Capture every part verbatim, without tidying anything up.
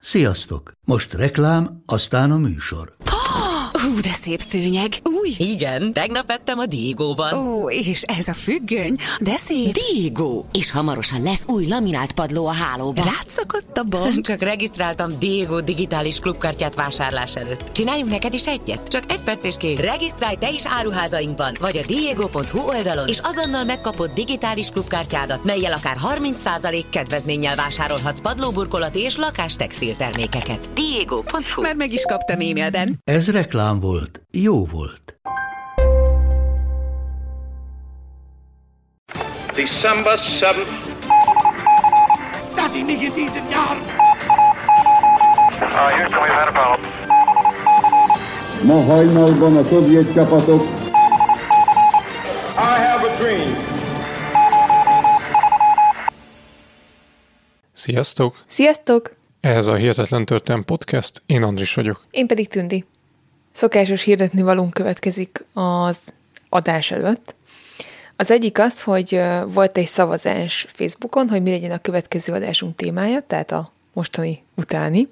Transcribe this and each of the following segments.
Sziasztok! Most reklám, aztán a műsor. Hú, de szép szőnyeg. Új. Igen, tegnap vettem a Diegóban. Ó, és ez a függöny, de szép. Diegó! És hamarosan lesz új laminált padló a hálóban. Rátszakadt a bank. Csak regisztráltam Diegó digitális klubkártyát vásárlás előtt. Csináljunk neked is egyet? Csak egy perc és kész. Regisztrálj te is áruházainkban, vagy a diego pont hu oldalon, és azonnal megkapod digitális klubkártyádat, mellyel akár harminc százalék kedvezménnyel vásárolhatsz padlóburkolati és lakástextil termékeket. diego pont hu. Már meg is kaptam e-mailben. Ez reklám volt, jó volt. December seventh. Das sind nicht in diesem Jahr. Uh, Houston, we've had a problem. Ma hajnalban a szovjet csapatok. I have a dream. Sziasztok! Sziasztok! Ez a Hihetetlen Történelem Podcast, én Andris vagyok. Én pedig Tündi. Szokásos hirdetni valónk következik az adás előtt. Az egyik az, hogy volt egy szavazás Facebookon, hogy mi legyen a következő adásunk témája, tehát a mostani utáni,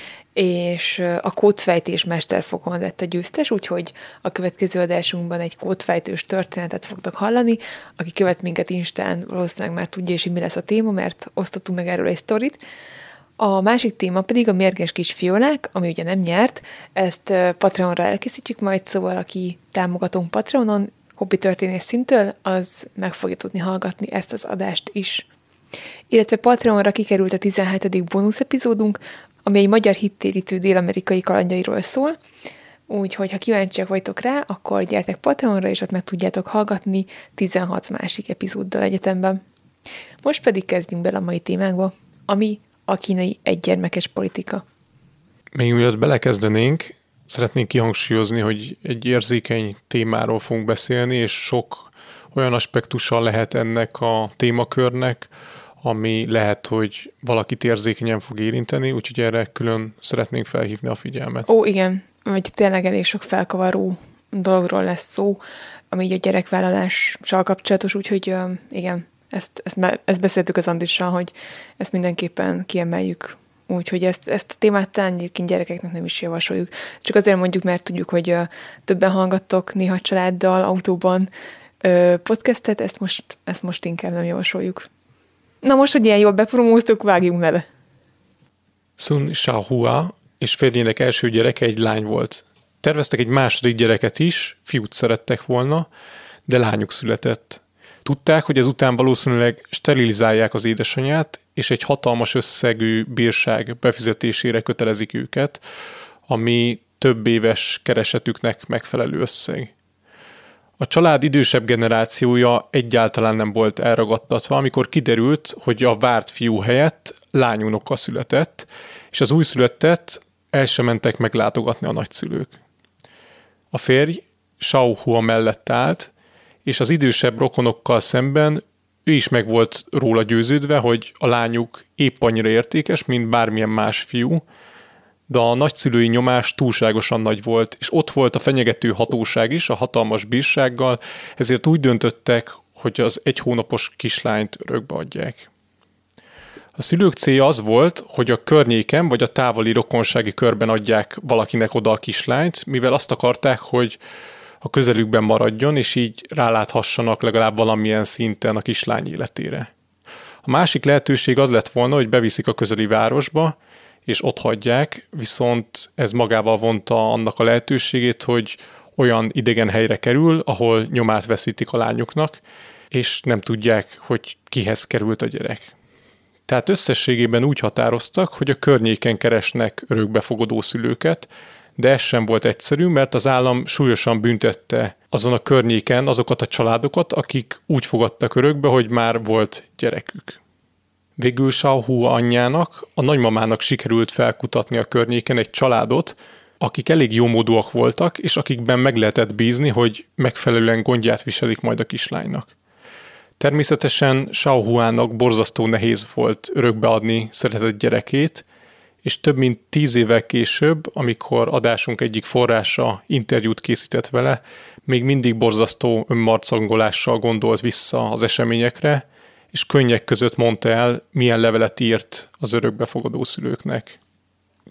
és a kódfejtés mesterfokon lett a győztes, úgyhogy a következő adásunkban egy kódfejtős történetet fogtok hallani. Aki követ minket Instán, valószínűleg már tudja is, hogy mi lesz a téma, mert osztottunk meg erről egy sztorit. A másik téma pedig a mérges kis fiolák, ami ugye nem nyert, ezt Patreonra elkészítjük majd, szóval aki támogatunk Patreonon, hobbi történész szintől, az meg fogja tudni hallgatni ezt az adást is. Illetve Patreonra kikerült a tizenhetedik bónusz epizódunk, ami egy magyar hittérítő dél-amerikai kalandjairól szól, úgyhogy ha kíváncsiak vagytok rá, akkor gyertek Patreonra, és ott meg tudjátok hallgatni tizenhat másik epizóddal egyetemben. Most pedig kezdjünk bele a mai témánkba, ami a kínai egygyermekes politika. Még mielőtt belekezdenénk, szeretnénk kihangsúlyozni, hogy egy érzékeny témáról fogunk beszélni, és sok olyan aspektusa lehet ennek a témakörnek, ami lehet, hogy valakit érzékenyen fog érinteni, úgyhogy erre külön szeretnénk felhívni a figyelmet. Ó, igen, vagy tényleg elég sok felkavaró dologról lesz szó, ami így a gyerekvállalással kapcsolatos, úgyhogy igen, ezt, ezt, ezt beszéltük az Andrissal, hogy ezt mindenképpen kiemeljük. Úgyhogy ezt, ezt a témát talán egyébként gyerekeknek nem is javasoljuk. Csak azért mondjuk, mert tudjuk, hogy uh, többen hallgattok néha családdal, autóban uh, podcastet, ezt most, ezt most inkább nem javasoljuk. Na most, hogy ilyen jól bepromóztuk, vágjunk vele. Sun Xiaohua és férjének első gyereke egy lány volt. Terveztek egy második gyereket is, fiút szerettek volna, de lányuk született. Tudták, hogy ezután valószínűleg sterilizálják az édesanyját, és egy hatalmas összegű bírság befizetésére kötelezik őket, ami több éves keresetüknek megfelelő összeg. A család idősebb generációja egyáltalán nem volt elragadtatva, amikor kiderült, hogy a várt fiú helyett lányunoka született, és az újszülöttet el sem mentek meglátogatni a nagyszülők. A férj Xiaohua mellett állt, és az idősebb rokonokkal szemben ő is meg volt róla győződve, hogy a lányuk épp annyira értékes, mint bármilyen más fiú, de a nagyszülői nyomás túlságosan nagy volt, és ott volt a fenyegető hatóság is, a hatalmas bírsággal, ezért úgy döntöttek, hogy az egy hónapos kislányt örökbe adják. A szülők célja az volt, hogy a környéken vagy a távoli rokonsági körben adják valakinek oda a kislányt, mivel azt akarták, hogy a közelükben maradjon, és így ráláthassanak legalább valamilyen szinten a kislány életére. A másik lehetőség az lett volna, hogy beviszik a közeli városba, és ott hagyják, viszont ez magával vonta annak a lehetőségét, hogy olyan idegen helyre kerül, ahol nyomát veszítik a lányuknak, és nem tudják, hogy kihez került a gyerek. Tehát összességében úgy határoztak, hogy a környéken keresnek örökbefogadó szülőket, de ez sem volt egyszerű, mert az állam súlyosan büntette azon a környéken azokat a családokat, akik úgy fogadtak örökbe, hogy már volt gyerekük. Végül Xiaohua anyjának, a nagymamának sikerült felkutatni a környéken egy családot, akik elég jómódúak voltak, és akikben meg lehetett bízni, hogy megfelelően gondját viselik majd a kislánynak. Természetesen Xiaohuának borzasztó nehéz volt örökbeadni szeretett gyerekét, és több mint tíz évvel később, amikor adásunk egyik forrása interjút készített vele, még mindig borzasztó önmarcangolással gondolt vissza az eseményekre, és könnyek között mondta el, milyen levelet írt az örökbefogadó szülőknek.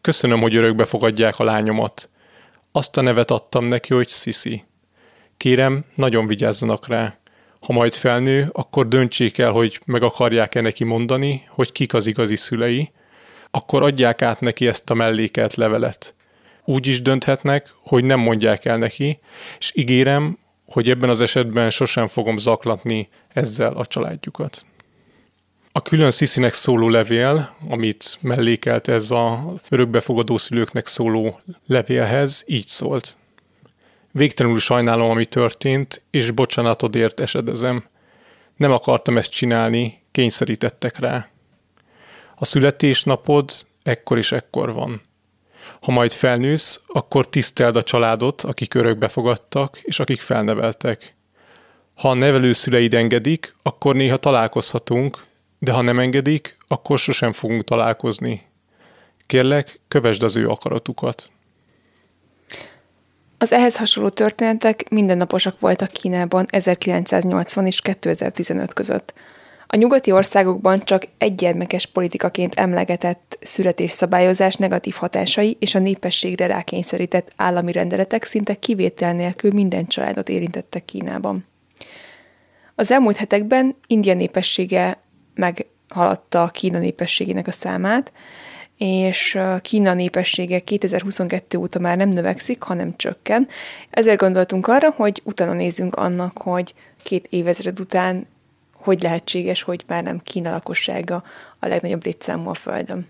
köszönöm, hogy örökbe fogadják a lányomat. Azt a nevet adtam neki, hogy Sisi. Kérem, nagyon vigyázzanak rá. Ha majd felnő, akkor döntsék el, hogy meg akarják-e neki mondani, hogy kik az igazi szülei, akkor adják át neki ezt a mellékelt levelet. Úgy is dönthetnek, hogy nem mondják el neki, és ígérem, hogy ebben az esetben sosem fogom zaklatni ezzel a családjukat. A külön Sisinek szóló levél, amit mellékelt ez a örökbefogadó szülőknek szóló levélhez, így szólt. Végtelenül sajnálom, ami történt, és bocsánatodért esedezem. Nem akartam ezt csinálni, kényszerítettek rá. A születésnapod ekkor és ekkor van. Ha majd felnősz, akkor tiszteld a családot, akik örökbe fogadtak, és akik felneveltek. Ha a nevelőszüleid engedik, akkor néha találkozhatunk, de ha nem engedik, akkor sosem fogunk találkozni. Kérlek, kövesd az ő akaratukat. Az ehhez hasonló történetek mindennaposak voltak Kínában ezerkilencszáznyolcvan és kétezer-tizenöt között. A nyugati országokban csak egygyermekes politikaként emlegetett születésszabályozás negatív hatásai és a népességre rákényszerített állami rendeletek szinte kivétel nélkül minden családot érintettek Kínában. Az elmúlt hetekben India népessége meghaladta Kína népességének a számát, és Kína népessége kétezer-huszonkettő óta már nem növekszik, hanem csökken. Ezért gondoltunk arra, hogy utána nézzünk annak, hogy két évezred után hogy lehetséges, hogy már nem Kína lakossága a legnagyobb létszámú a Földön.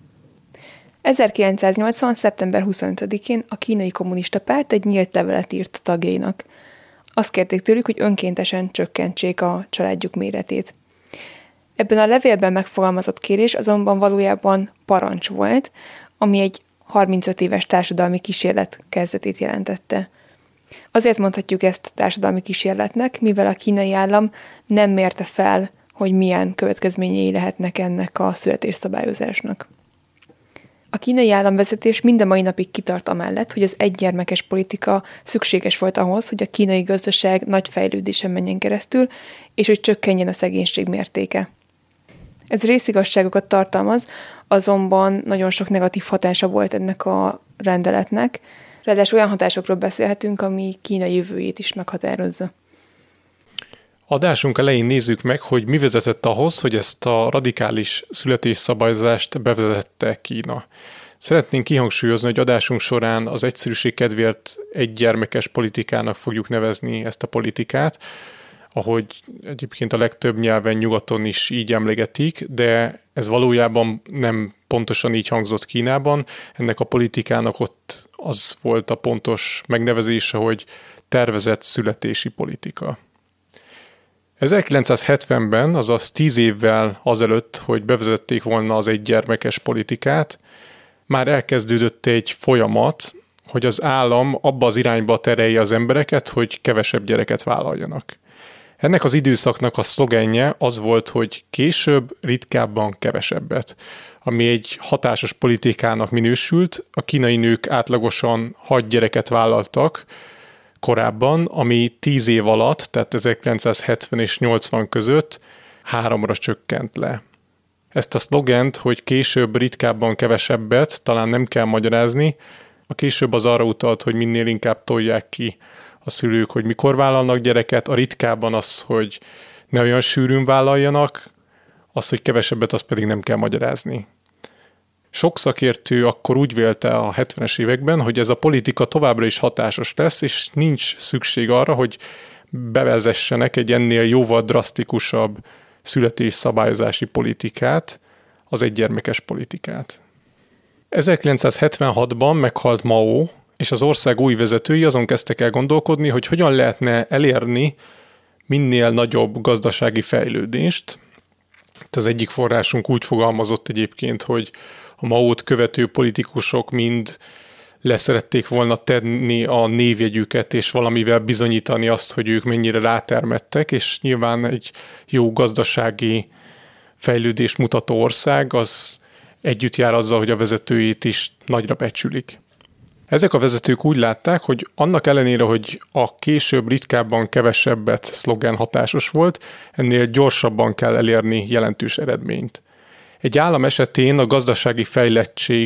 ezerkilencszáznyolcvan. szeptember huszonötödikén a Kínai Kommunista Párt egy nyílt levelet írt tagjainak. Azt kérték tőlük, hogy önkéntesen csökkentsék a családjuk méretét. Ebben a levélben megfogalmazott kérés azonban valójában parancs volt, ami egy harmincöt éves társadalmi kísérlet kezdetét jelentette. Azért mondhatjuk ezt társadalmi kísérletnek, mivel a kínai állam nem mérte fel, hogy milyen következményei lehetnek ennek a születésszabályozásnak. A kínai államvezetés minden mai napig kitart amellett, hogy az egygyermekes politika szükséges volt ahhoz, hogy a kínai gazdaság nagy fejlődésen menjen keresztül, és hogy csökkenjen a szegénység mértéke. Ez részigazságokat tartalmaz, azonban nagyon sok negatív hatása volt ennek a rendeletnek. Ráadásul olyan hatásokról beszélhetünk, ami Kína jövőjét is meghatározza. Adásunk elején nézzük meg, hogy mi vezetett ahhoz, hogy ezt a radikális születésszabályozást bevezette Kína. Szeretnénk kihangsúlyozni, hogy adásunk során az egyszerűség kedvéért egygyermekes politikának fogjuk nevezni ezt a politikát, ahogy egyébként a legtöbb nyelven nyugaton is így emlegetik, de ez valójában nem pontosan így hangzott Kínában. Ennek a politikának ott az volt a pontos megnevezése, hogy tervezett születési politika. ezerkilencszázhetvenben, azaz tíz évvel azelőtt, hogy bevezették volna az egygyermekes politikát, már elkezdődött egy folyamat, hogy az állam abba az irányba terelje az embereket, hogy kevesebb gyereket vállaljanak. Ennek az időszaknak a szlogenje az volt, hogy később, ritkábban, kevesebbet, ami egy hatásos politikának minősült. A kínai nők átlagosan hat gyereket vállaltak korábban, ami tíz év alatt, tehát ezerkilencszázhetven és nyolcvan között háromra csökkent le. Ezt a szlogent, hogy később, ritkábban, kevesebbet talán nem kell magyarázni, a később az arra utalt, hogy minél inkább tolják ki a szülők, hogy mikor vállalnak gyereket, a ritkában az, hogy ne olyan sűrűn vállaljanak, az, hogy kevesebbet, azt pedig nem kell magyarázni. Sok szakértő akkor úgy vélte a hetvenes években, hogy ez a politika továbbra is hatásos lesz, és nincs szükség arra, hogy bevezessenek egy ennél jóval drasztikusabb születésszabályozási politikát, az egygyermekes politikát. ezerkilencszázhetvenhatban meghalt Mao, és az ország új vezetői azon kezdtek el gondolkodni, hogy hogyan lehetne elérni minél nagyobb gazdasági fejlődést. Az egyik forrásunk úgy fogalmazott egyébként, hogy a Maót követő politikusok mind leszerették volna tenni a névjegyüket, és valamivel bizonyítani azt, hogy ők mennyire rátermettek, és nyilván egy jó gazdasági fejlődés mutató ország, az együtt jár azzal, hogy a vezetőjét is nagyra becsülik. Ezek a vezetők úgy látták, hogy annak ellenére, hogy a később ritkábban kevesebbet szlogen hatásos volt, ennél gyorsabban kell elérni jelentős eredményt. Egy állam esetén a gazdasági fejlettség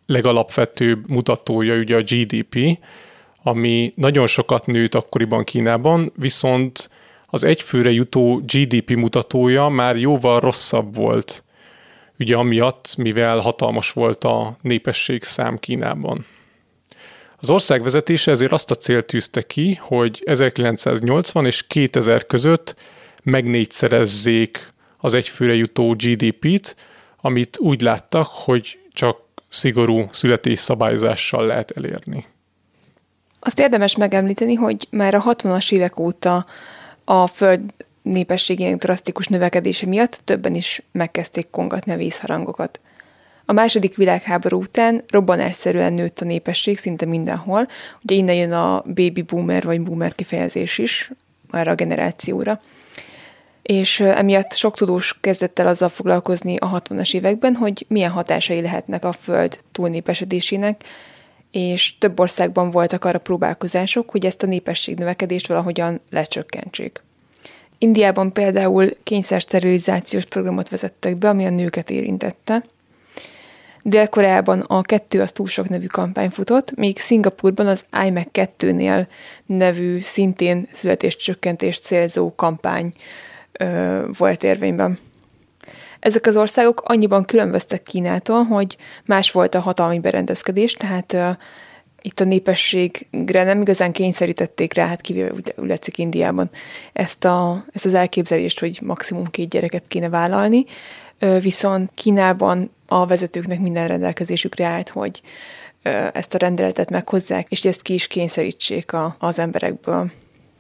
legalapvetőbb mutatója ugye a gé dé pé, ami nagyon sokat nőtt akkoriban Kínában, viszont az egyfőre jutó gé dé pé mutatója már jóval rosszabb volt, ugye amiatt, mivel hatalmas volt a népességszám Kínában. Az ország vezetése ezért azt a célt tűzte ki, hogy ezerkilencszáznyolcvan és kétezer között megnégyszerezzék az egyfőre jutó gé dé pét, amit úgy láttak, hogy csak szigorú születésszabályozással lehet elérni. Azt érdemes megemlíteni, hogy már a hatvanas évek óta a Föld népességének drasztikus növekedése miatt többen is megkezdték kongatni a vészharangokat. A második világháború után robbanásszerűen nőtt a népesség szinte mindenhol, ugye innen jön a baby boomer vagy boomer kifejezés is erre a generációra. És emiatt sok tudós kezdett el azzal foglalkozni a hatvanas években, hogy milyen hatásai lehetnek a Föld túlnépesedésének, és több országban voltak arra próbálkozások, hogy ezt a népességnövekedést valahogyan lecsökkentsék. Indiában például kényszersterilizációs programot vezettek be, ami a nőket érintette. Dél-Koreában a Kettő az túl sok nevű kampány futott, míg Szingapurban az i meg kettőnél nevű szintén születéscsökkentést célzó kampány ö, volt érvényben. Ezek az országok annyiban különböztek Kínától, hogy más volt a hatalmi berendezkedés, tehát ö, itt a népességre nem igazán kényszerítették rá, hát kivéve úgy látszik Indiában ezt, a, ezt az elképzelést, hogy maximum két gyereket kéne vállalni, ö, viszont Kínában a vezetőknek minden rendelkezésükre állt, hogy ö, ezt a rendeletet meghozzák, és ezt ki is kényszerítsék a, az emberekből.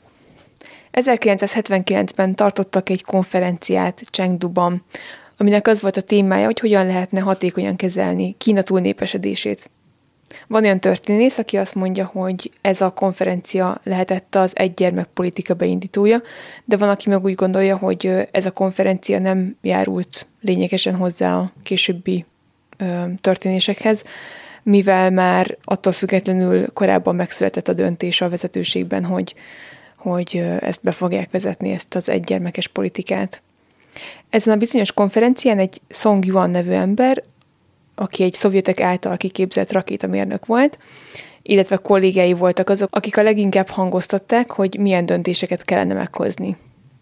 ezerkilencszázhetvenkilencben tartottak egy konferenciát Chengduban, aminek az volt a témája, hogy hogyan lehetne hatékonyan kezelni Kína túlnépesedését. Van olyan történész, aki azt mondja, hogy ez a konferencia lehetett az egygyermek politika beindítója, de van, aki meg úgy gondolja, hogy ez a konferencia nem járult lényegesen hozzá a későbbi ö, történésekhez, mivel már attól függetlenül korábban megszületett a döntés a vezetőségben, hogy, hogy ezt be fogják vezetni, ezt az egygyermekes politikát. Ezen a bizonyos konferencián egy Song Yuan nevű ember, aki egy szovjetek által kiképzett rakétamérnök volt, illetve kollégái voltak azok, akik a leginkább hangoztatták, hogy milyen döntéseket kellene meghozni.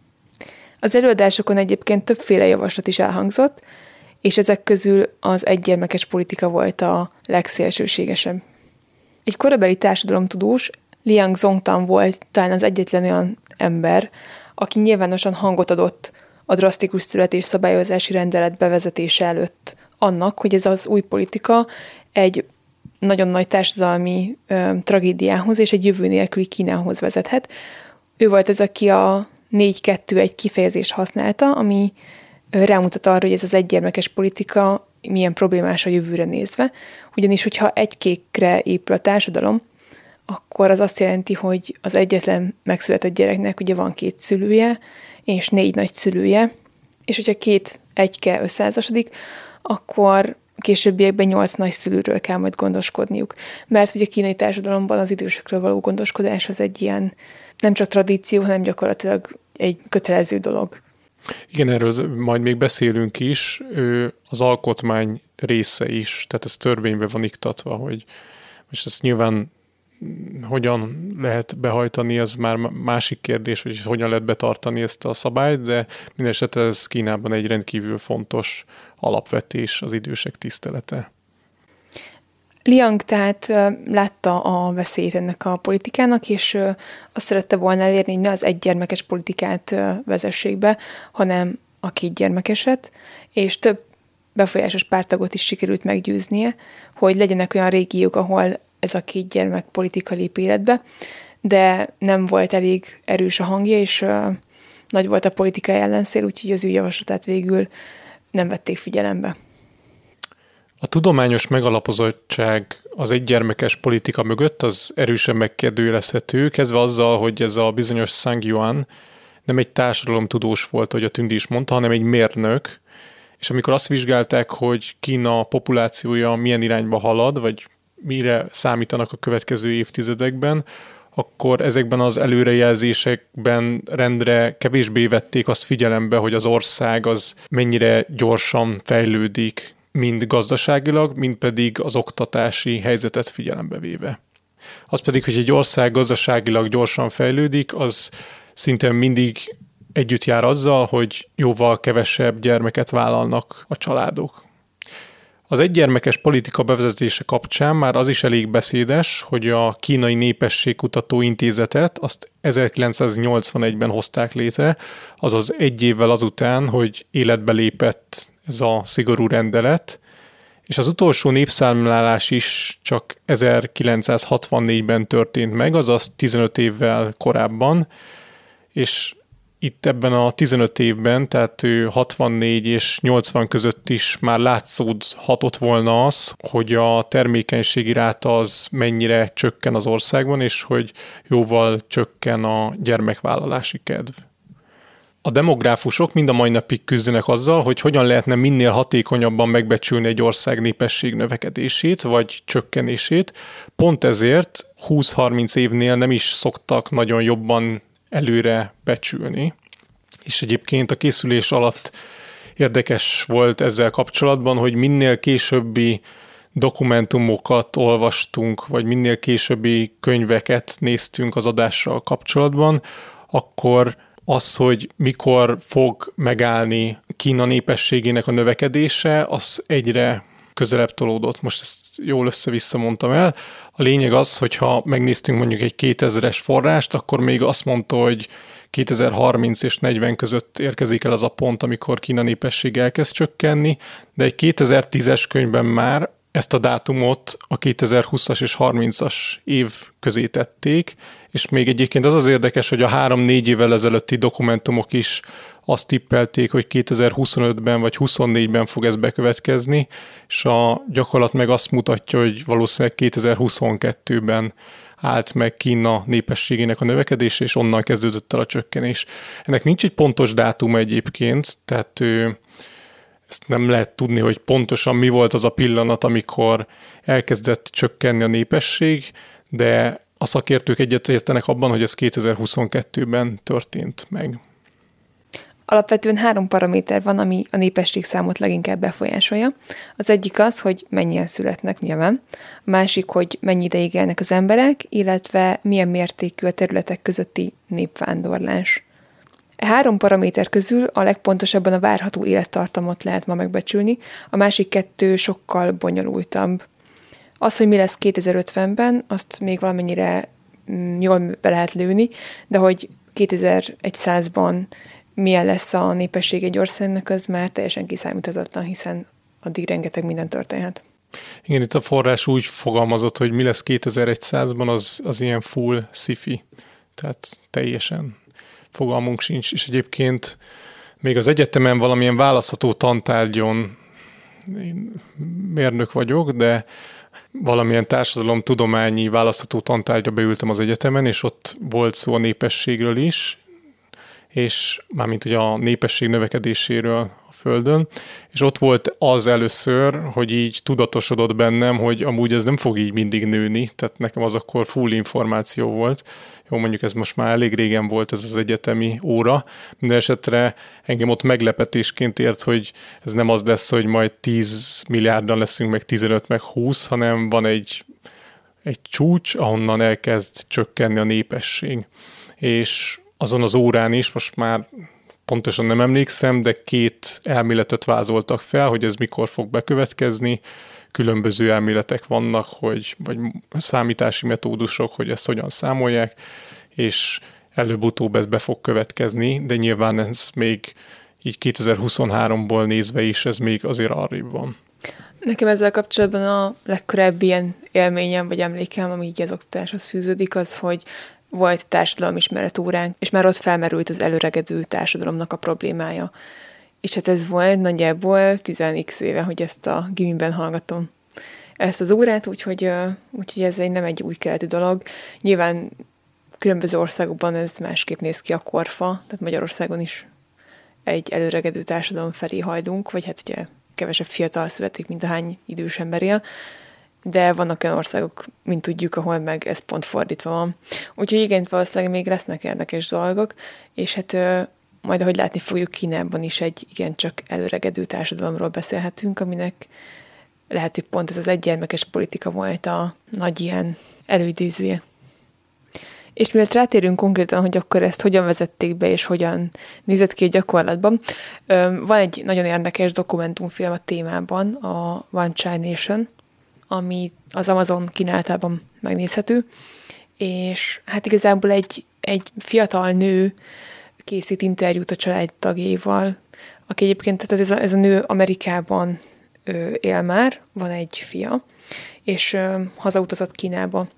Az előadásokon egyébként többféle javaslat is elhangzott, és ezek közül az egygyermekes politika volt a legszélsőségesebb. Egy korabeli társadalomtudós, Liang Zongtan volt talán az egyetlen olyan ember, aki nyilvánosan hangot adott a drasztikus születésszabályozási rendelet bevezetése előtt annak, hogy ez az új politika egy nagyon nagy társadalmi ö, tragédiához és egy jövő nélküli Kínához vezethet. Ő volt ez, aki a négy kettő egy kifejezést használta, ami ö, rámutat arra, hogy ez az egygyermekes politika milyen problémás a jövőre nézve. Ugyanis, hogyha egy kékre épül a társadalom, akkor az azt jelenti, hogy az egyetlen megszületett gyereknek ugye van két szülője, és négy nagyszülője, és hogyha két egyke összeházasodik, akkor későbbiekben nyolc nagyszülőről kell majd gondoskodniuk. Mert ugye a kínai társadalomban az idősekről való gondoskodás az egy ilyen nem csak tradíció, hanem gyakorlatilag egy kötelező dolog. Igen, erről majd még beszélünk is, az alkotmány része is, tehát ez törvénybe van iktatva, hogy most ezt nyilván hogyan lehet behajtani, az már másik kérdés, hogy hogyan lehet betartani ezt a szabályt, de minden esetre ez Kínában egy rendkívül fontos alapvetés, az idősek tisztelete. Liang tehát látta a veszélyt ennek a politikának, és azt szerette volna elérni, hogy ne az egygyermekes politikát vezessék be, hanem a kétgyermekeset, és több befolyásos párttagot is sikerült meggyőznie, hogy legyenek olyan régiók, ahol ez a két gyermek politika lép életbe, de nem volt elég erős a hangja, és uh, nagy volt a politikai ellenszél, úgyhogy az ő javaslatát végül nem vették figyelembe. A tudományos megalapozottság az egygyermekes politika mögött az erősen megkérdőjelezhető, kezdve azzal, hogy ez a bizonyos Song Yuan nem egy társadalomtudós volt, ahogy a Tündi is mondta, hanem egy mérnök, és amikor azt vizsgálták, hogy Kína populációja milyen irányba halad, vagy mire számítanak a következő évtizedekben, akkor ezekben az előrejelzésekben rendre kevésbé vették azt figyelembe, hogy az ország az mennyire gyorsan fejlődik, mind gazdaságilag, mind pedig az oktatási helyzetet figyelembe véve. Az pedig, hogy egy ország gazdaságilag gyorsan fejlődik, az szinte mindig együtt jár azzal, hogy jóval kevesebb gyermeket vállalnak a családok. Az egygyermekes politika bevezetése kapcsán már az is elég beszédes, hogy a Kínai Népességkutató Intézetet azt ezerkilencszáznyolcvanegyben hozták létre, azaz egy évvel azután, hogy életbe lépett ez a szigorú rendelet, és az utolsó népszámlálás is csak ezerkilencszázhatvannégyben történt meg, azaz tizenöt évvel korábban, és itt ebben a tizenöt évben, tehát hatvannégy és nyolcvan között is már látszódhatott volna az, hogy a termékenységi ráta az mennyire csökken az országban, és hogy jóval csökken a gyermekvállalási kedv. A demográfusok mind a mai napig küzdenek azzal, hogy hogyan lehetne minél hatékonyabban megbecsülni egy ország népesség növekedését vagy csökkenését. Pont ezért húsz-harminc évnél nem is szoktak nagyon jobban előre becsülni. És egyébként a készülés alatt érdekes volt ezzel kapcsolatban, hogy minél későbbi dokumentumokat olvastunk, vagy minél későbbi könyveket néztünk az adással kapcsolatban, akkor az, hogy mikor fog megállni Kína népességének a növekedése, az egyre közelebb tolódott. Most ezt jól össze-vissza mondtam el. A lényeg az, hogyha megnéztünk mondjuk egy kétezres forrást, akkor még azt mondta, hogy kétezer-harminc és negyven között érkezik el az a pont, amikor Kína népesség elkezd csökkenni, de egy kétezer-tízes könyvben már ezt a dátumot a kétezer-húszas és harmincas év közé tették, és még egyébként az az érdekes, hogy a három-négy évvel ezelőtti dokumentumok is azt tippelték, hogy kétezer-huszonötben vagy huszonnégyben fog ez bekövetkezni, és a gyakorlat meg azt mutatja, hogy valószínűleg kétezer-huszonkettőben állt meg Kína népességének a növekedése, és onnan kezdődött el a csökkenés. Ennek nincs egy pontos dátum egyébként, tehát ezt nem lehet tudni, hogy pontosan mi volt az a pillanat, amikor elkezdett csökkenni a népesség, de a szakértők egyetértenek abban, hogy ez kétezer-huszonkettőben történt meg. Alapvetően három paraméter van, ami a népességszámot leginkább befolyásolja. Az egyik az, hogy mennyien születnek nyilván, a másik, hogy mennyi ideig élnek az emberek, illetve milyen mértékű a területek közötti népvándorlás. E három paraméter közül a legpontosabban a várható élettartamot lehet ma megbecsülni, a másik kettő sokkal bonyolultabb. Az, hogy mi lesz kétezer-ötvenben, azt még valamennyire jól be lehet lőni, de hogy kétezer-százban milyen lesz a népesség egy országnak, az már teljesen kiszámíthatatlan, hiszen addig rengeteg minden történhet. Igen, itt a forrás úgy fogalmazott, hogy mi lesz kétezer-százban, az, az ilyen full sci-fi, tehát teljesen fogalmunk sincs, és egyébként még az egyetemen valamilyen választható tantárgyon, én mérnök vagyok, de valamilyen társadalomtudományi választható tantárgyra beültem az egyetemen, és ott volt szó a népességről is, és mármint ugye a népesség növekedéséről a Földön, és ott volt az először, hogy így tudatosodott bennem, hogy amúgy ez nem fog így mindig nőni, tehát nekem az akkor full információ volt. Jó, mondjuk ez most már elég régen volt ez az egyetemi óra, minden esetre engem ott meglepetésként ért, hogy ez nem az lesz, hogy majd tíz milliárdan leszünk, meg tizenöt, meg húsz, hanem van egy, egy csúcs, ahonnan elkezd csökkenni a népesség. És azon az órán is, most már pontosan nem emlékszem, de két elméletet vázoltak fel, hogy ez mikor fog bekövetkezni. Különböző elméletek vannak, hogy, vagy számítási metódusok, hogy ezt hogyan számolják, és előbb-utóbb ez be fog következni, de nyilván ez még így kétezer-huszonháromból nézve is, ez még azért arrébb van. Nekem ezzel kapcsolatban a legkorábbi ilyen élményem, vagy emlékem, ami így az oktatáshoz fűződik, az, hogy volt társadalomismeret óránk, és már ott felmerült az előregedő társadalomnak a problémája. És hát ez volt nagyjából tíz x éve, hogy ezt a gimiben hallgatom. Ezt az órát, úgyhogy, úgyhogy ez egy, nem egy új keletű dolog. Nyilván különböző országokban ez másképp néz ki a korfa, tehát Magyarországon is egy előregedő társadalom felé hajdunk, vagy hát ugye kevesebb fiatal születik, mint ahány idős ember él, de vannak olyan országok, mint tudjuk, ahol meg ez pont fordítva van. Úgyhogy igen, valószínűleg még lesznek érdekes dolgok, és hát majd ahogy látni fogjuk, Kínában is egy igencsak előregedő társadalomról beszélhetünk, aminek lehet, hogy pont ez az egygyermekes politika volt a nagy ilyen előidézője. És mielőtt rátérünk konkrétan, hogy akkor ezt hogyan vezették be, és hogyan nézett ki a gyakorlatban, van egy nagyon érdekes dokumentumfilm a témában, a One Child Nation, ami az Amazon kínálatában megnézhető, és hát igazából egy, egy fiatal nő készít interjút a családtagjaival, aki egyébként, tehát ez a, ez a nő Amerikában ö, él már, van egy fia, és ö, hazautazott Kínába,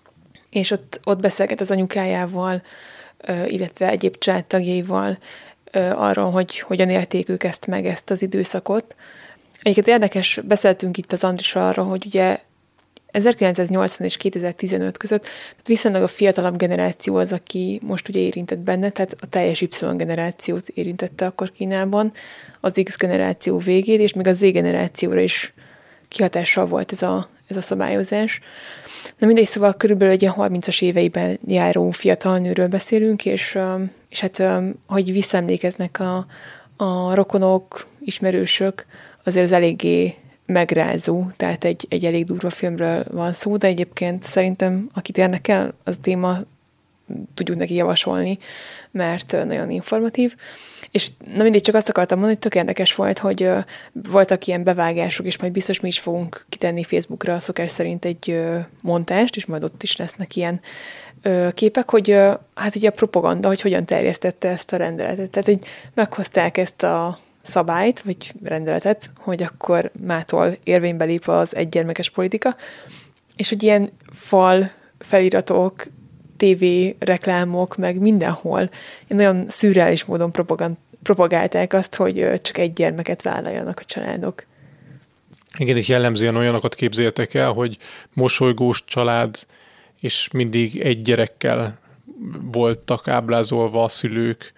és ott, ott beszélget az anyukájával, ö, illetve egyéb családtagjaival ö, arról, hogy hogyan élték ők ezt meg, ezt az időszakot. Egyébként érdekes, beszéltünk itt az Andrissal arról, hogy ugye ezerkilencszáznyolcvan és kétezer-tizenöt között tehát viszonylag a fiatalabb generáció az, aki most ugye érintett benne, tehát a teljes Y generációt érintette akkor Kínában, az X generáció végét, és még a Z generációra is kihatással volt ez a, ez a szabályozás. Na mindegy, szóval körülbelül egy ilyen harmincas éveiben járó fiatal nőről beszélünk, és, és hát hogy visszaemlékeznek a, a rokonok, ismerősök, azért az eléggé megrázó, tehát egy, egy elég durva filmről van szó, de egyébként szerintem, akit érdekel, az a téma, tudjuk neki javasolni, mert nagyon informatív. És na mindig csak azt akartam mondani, hogy tök érdekes volt, hogy uh, voltak ilyen bevágások, és majd biztos mi is fogunk kitenni Facebookra a szokás szerint egy uh, montást, és majd ott is lesznek ilyen uh, képek, hogy uh, hát ugye a propaganda, hogy hogyan terjesztette ezt a rendeletet. Tehát, hogy meghozták ezt a szabályt, vagy rendeletet, hogy akkor mától érvénybe lép az egygyermekes politika, és hogy ilyen fal feliratok, tévé reklámok, meg mindenhol nagyon szürreális módon propagálták azt, hogy csak egy gyermeket vállaljanak a családok. Igen, és jellemzően olyanokat képzeltek el, hogy mosolygós család, és mindig egy gyerekkel voltak ábrázolva a szülők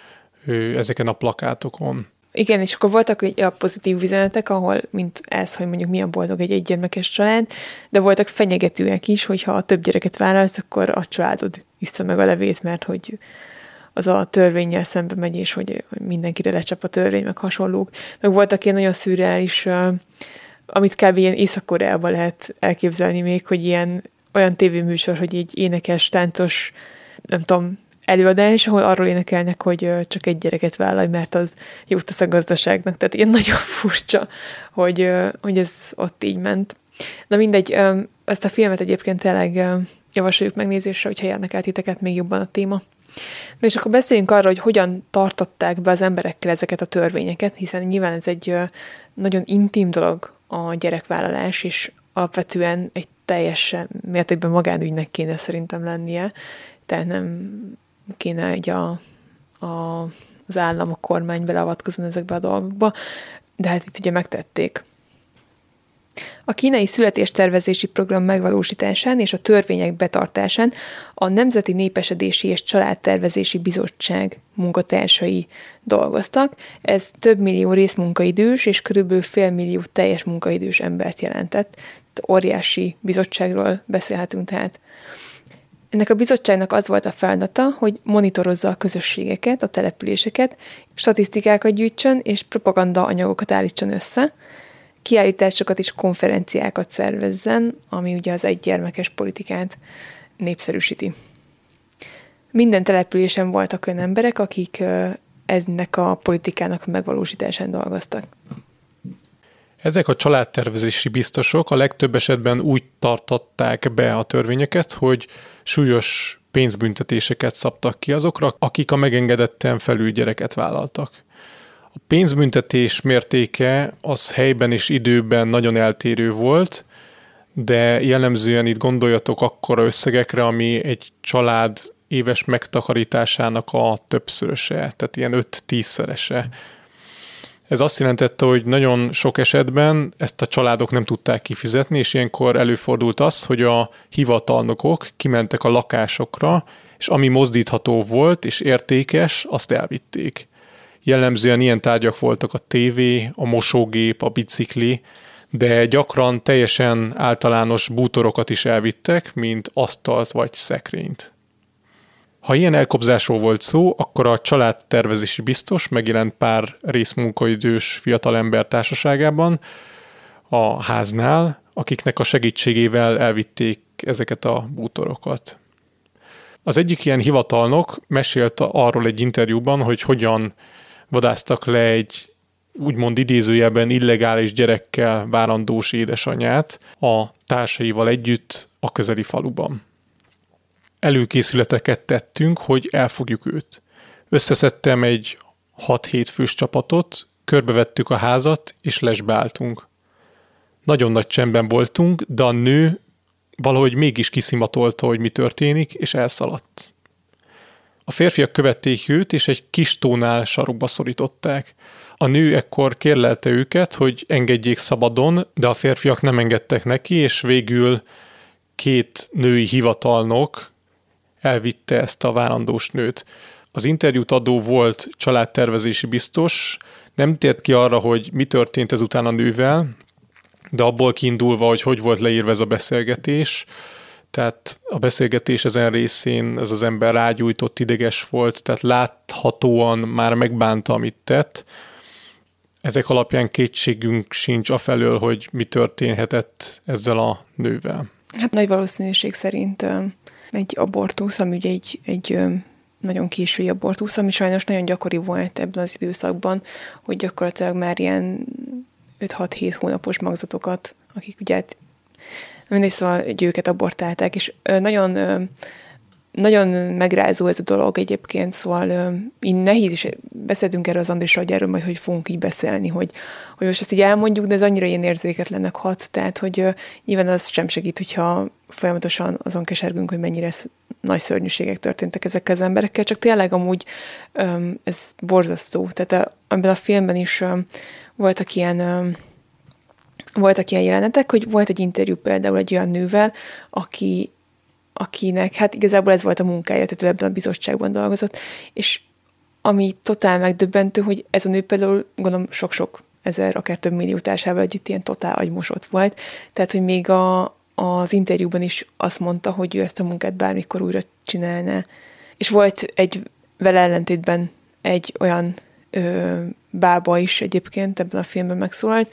ezeken a plakátokon. Igen, és akkor voltak a pozitív üzenetek, ahol, mint ez, hogy mondjuk milyen boldog egy egygyermekes család, de voltak fenyegetőek is, hogy ha több gyereket vállalsz, akkor a családod vissza meg a levét, mert hogy az a törvénnyel szembe megy, és hogy mindenkire lecsap a törvény, meg hasonlók. Meg voltak ilyen nagyon szürreális, amit kb. Ilyen Észak-Koreában lehet elképzelni még, hogy ilyen olyan tévéműsor, hogy így énekes, táncos, nem tudom, előadás, ahol arról énekelnek, hogy csak egy gyereket vállalj, mert az jót tesz a gazdaságnak. Tehát ilyen nagyon furcsa, hogy, hogy ez ott így ment. Na mindegy, ezt a filmet egyébként tényleg javasoljuk megnézésre, hogyha érdekel titeket még jobban a téma. De és akkor beszéljünk arra, hogy hogyan tartották be az emberekkel ezeket a törvényeket, hiszen nyilván ez egy nagyon intim dolog a gyerekvállalás, és alapvetően egy teljesen mértékben magánügynek kéne szerintem lennie, tehát nem kéne így a, a, az állam, a kormány beleavatkozni ezekbe a dolgokba, de hát itt ugye megtették. A kínai születéstervezési program megvalósításán és a törvények betartásán a Nemzeti Népesedési és Családtervezési Bizottság munkatársai dolgoztak. Ez több millió részmunkaidős és körülbelül fél millió teljes munkaidős embert jelentett. Óriási bizottságról beszélhetünk tehát. Ennek a bizottságnak az volt a feladata, hogy monitorozza a közösségeket, a településeket, statisztikákat gyűjtsön és propaganda anyagokat állítson össze, kiállításokat és konferenciákat szervezzen, ami ugye az egygyermekes politikát népszerűsíti. Minden településen voltak olyan emberek, akik ennek a politikának a megvalósításán dolgoztak. Ezek a családtervezési biztosok a legtöbb esetben úgy tartották be a törvényeket, hogy súlyos pénzbüntetéseket szabtak ki azokra, akik a megengedetten felül gyereket vállaltak. A pénzbüntetés mértéke az helyben és időben nagyon eltérő volt, de jellemzően itt gondoljatok akkora összegekre, ami egy család éves megtakarításának a többszöröse, tehát ilyen öt-tízszerese. Ez azt jelentette, hogy nagyon sok esetben ezt a családok nem tudták kifizetni, és ilyenkor előfordult az, hogy a hivatalnokok kimentek a lakásokra, és ami mozdítható volt és értékes, azt elvitték. Jellemzően ilyen tárgyak voltak a tévé, a mosógép, a bicikli, de gyakran teljesen általános bútorokat is elvittek, mint asztalt vagy szekrényt. Ha ilyen elkobzásról volt szó, akkor a családtervezési biztos megjelent pár részmunkaidős fiatalember társaságában a háznál, akiknek a segítségével elvitték ezeket a bútorokat. Az egyik ilyen hivatalnok mesélt arról egy interjúban, hogy hogyan vadásztak le egy úgymond idézőjelben illegális gyerekkel várandós édesanyját a társaival együtt a közeli faluban. Előkészületeket tettünk, hogy elfogjuk őt. Összeszedtem egy hat-hét fős csapatot, körbevettük a házat, és lesbe álltunk. Nagyon nagy csendben voltunk, de a nő valahogy mégis kiszimatolta, hogy mi történik, és elszaladt. A férfiak követték őt, és egy kis tónál sarokba szorították. A nő ekkor kérlelte őket, hogy engedjék szabadon, de a férfiak nem engedtek neki, és végül két női hivatalnok elvitte ezt a várandós nőt. Az interjút adó volt családtervezési biztos, nem tért ki arra, hogy mi történt ezután a nővel, de abból kiindulva, hogy hogy volt leírva ez a beszélgetés, tehát a beszélgetés ezen részén ez az ember rágyújtott, ideges volt, tehát láthatóan már megbánta, amit tett. Ezek alapján kétségünk sincs afelől, hogy mi történhetett ezzel a nővel. Hát nagy valószínűség szerint egy abortusz, ami ugye egy, egy nagyon késői abortusz, ami sajnos nagyon gyakori volt ebben az időszakban, hogy gyakorlatilag már ilyen öt-hat-hét hónapos magzatokat, akik ugye mindegy, szóval őket abortálták, és nagyon, nagyon megrázó ez a dolog egyébként, szóval így nehéz is, beszéltünk erről az Andrissal, hogy erről majd, hogy fogunk így beszélni, hogy, hogy most ezt így elmondjuk, de ez annyira ilyen érzéketlennek hat, tehát, hogy nyilván az sem segít, hogyha folyamatosan azon kesergünk, hogy mennyire nagy szörnyűségek történtek ezekkel az emberekkel, csak tényleg amúgy ez borzasztó. Tehát ebben a filmben is voltak ilyen voltak ilyen jelenetek, hogy volt egy interjú például egy olyan nővel, aki, akinek hát igazából ez volt a munkája, tehát ő ebben a bizottságban dolgozott, és ami totál megdöbbentő, hogy ez a nő például gondolom sok-sok ezer, akár több millió társával együtt ilyen totál agymosott volt, tehát hogy még a, az interjúban is azt mondta, hogy ő ezt a munkát bármikor újra csinálná. És volt egy vele ellentétben egy olyan ö, bába is egyébként ebben a filmben megszólalt,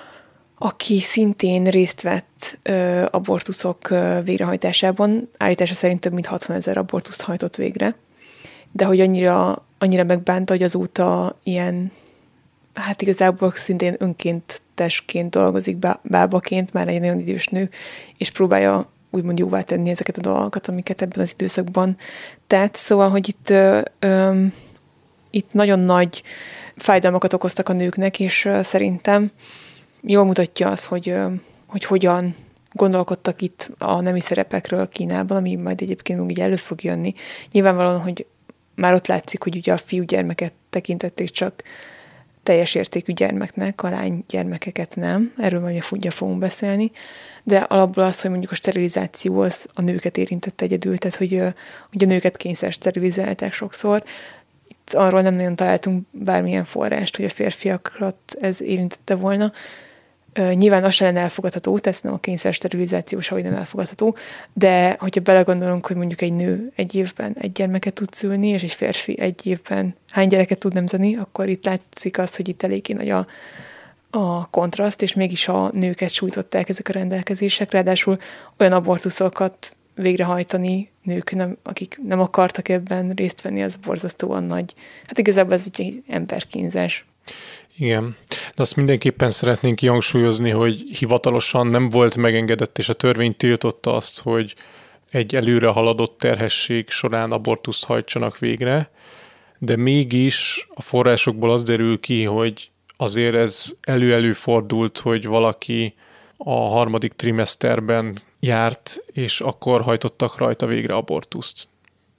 aki szintén részt vett ö, abortuszok ö, végrehajtásában, állítása szerint több mint hatvanezer abortuszt hajtott végre, de hogy annyira, annyira megbánta, hogy azóta ilyen, hát igazából szintén önkéntesként dolgozik bábaként, már egy nagyon idős nő, és próbálja úgymond jóvá tenni ezeket a dolgokat, amiket ebben az időszakban tett. Szóval, hogy itt, ö, ö, itt nagyon nagy fájdalmakat okoztak a nőknek, és ö, szerintem jól mutatja az, hogy, hogy hogyan gondolkodtak itt a nemi szerepekről Kínában, ami majd egyébként úgy elő fog jönni. Nyilvánvalóan, hogy már ott látszik, hogy ugye a fiúgyermeket tekintették csak teljes értékű gyermeknek, a lánygyermekeket nem. Erről majd ugye fogunk beszélni. De alapból az, hogy mondjuk a sterilizáció az a nőket érintette egyedül, tehát hogy, hogy a nőket kényszer sterilizálták sokszor. Itt arról nem nagyon találtunk bármilyen forrást, hogy a férfiakat ez érintette volna. Nyilván az sem lenne elfogadható, tehát nem a kényszer sterilizáció sehogy nem elfogadható, de hogyha belegondolunk, hogy mondjuk egy nő egy évben egy gyermeket tud szülni, és egy férfi egy évben hány gyereket tud nemzeni, akkor itt látszik az, hogy itt eléggé nagy a, a kontraszt, és mégis a nőket sújtották ezek a rendelkezések, ráadásul olyan abortuszokat végrehajtani nők, nem, akik nem akartak ebben részt venni, az borzasztóan nagy. Hát igazából ez egy emberkínzás. Igen, de azt mindenképpen szeretnénk kihangsúlyozni, hogy hivatalosan nem volt megengedett, és a törvény tiltotta azt, hogy egy előre haladott terhesség során abortuszt hajtsanak végre, de mégis a forrásokból az derül ki, hogy azért ez elő-elő fordult, hogy valaki a harmadik trimeszterben járt, és akkor hajtottak rajta végre abortuszt.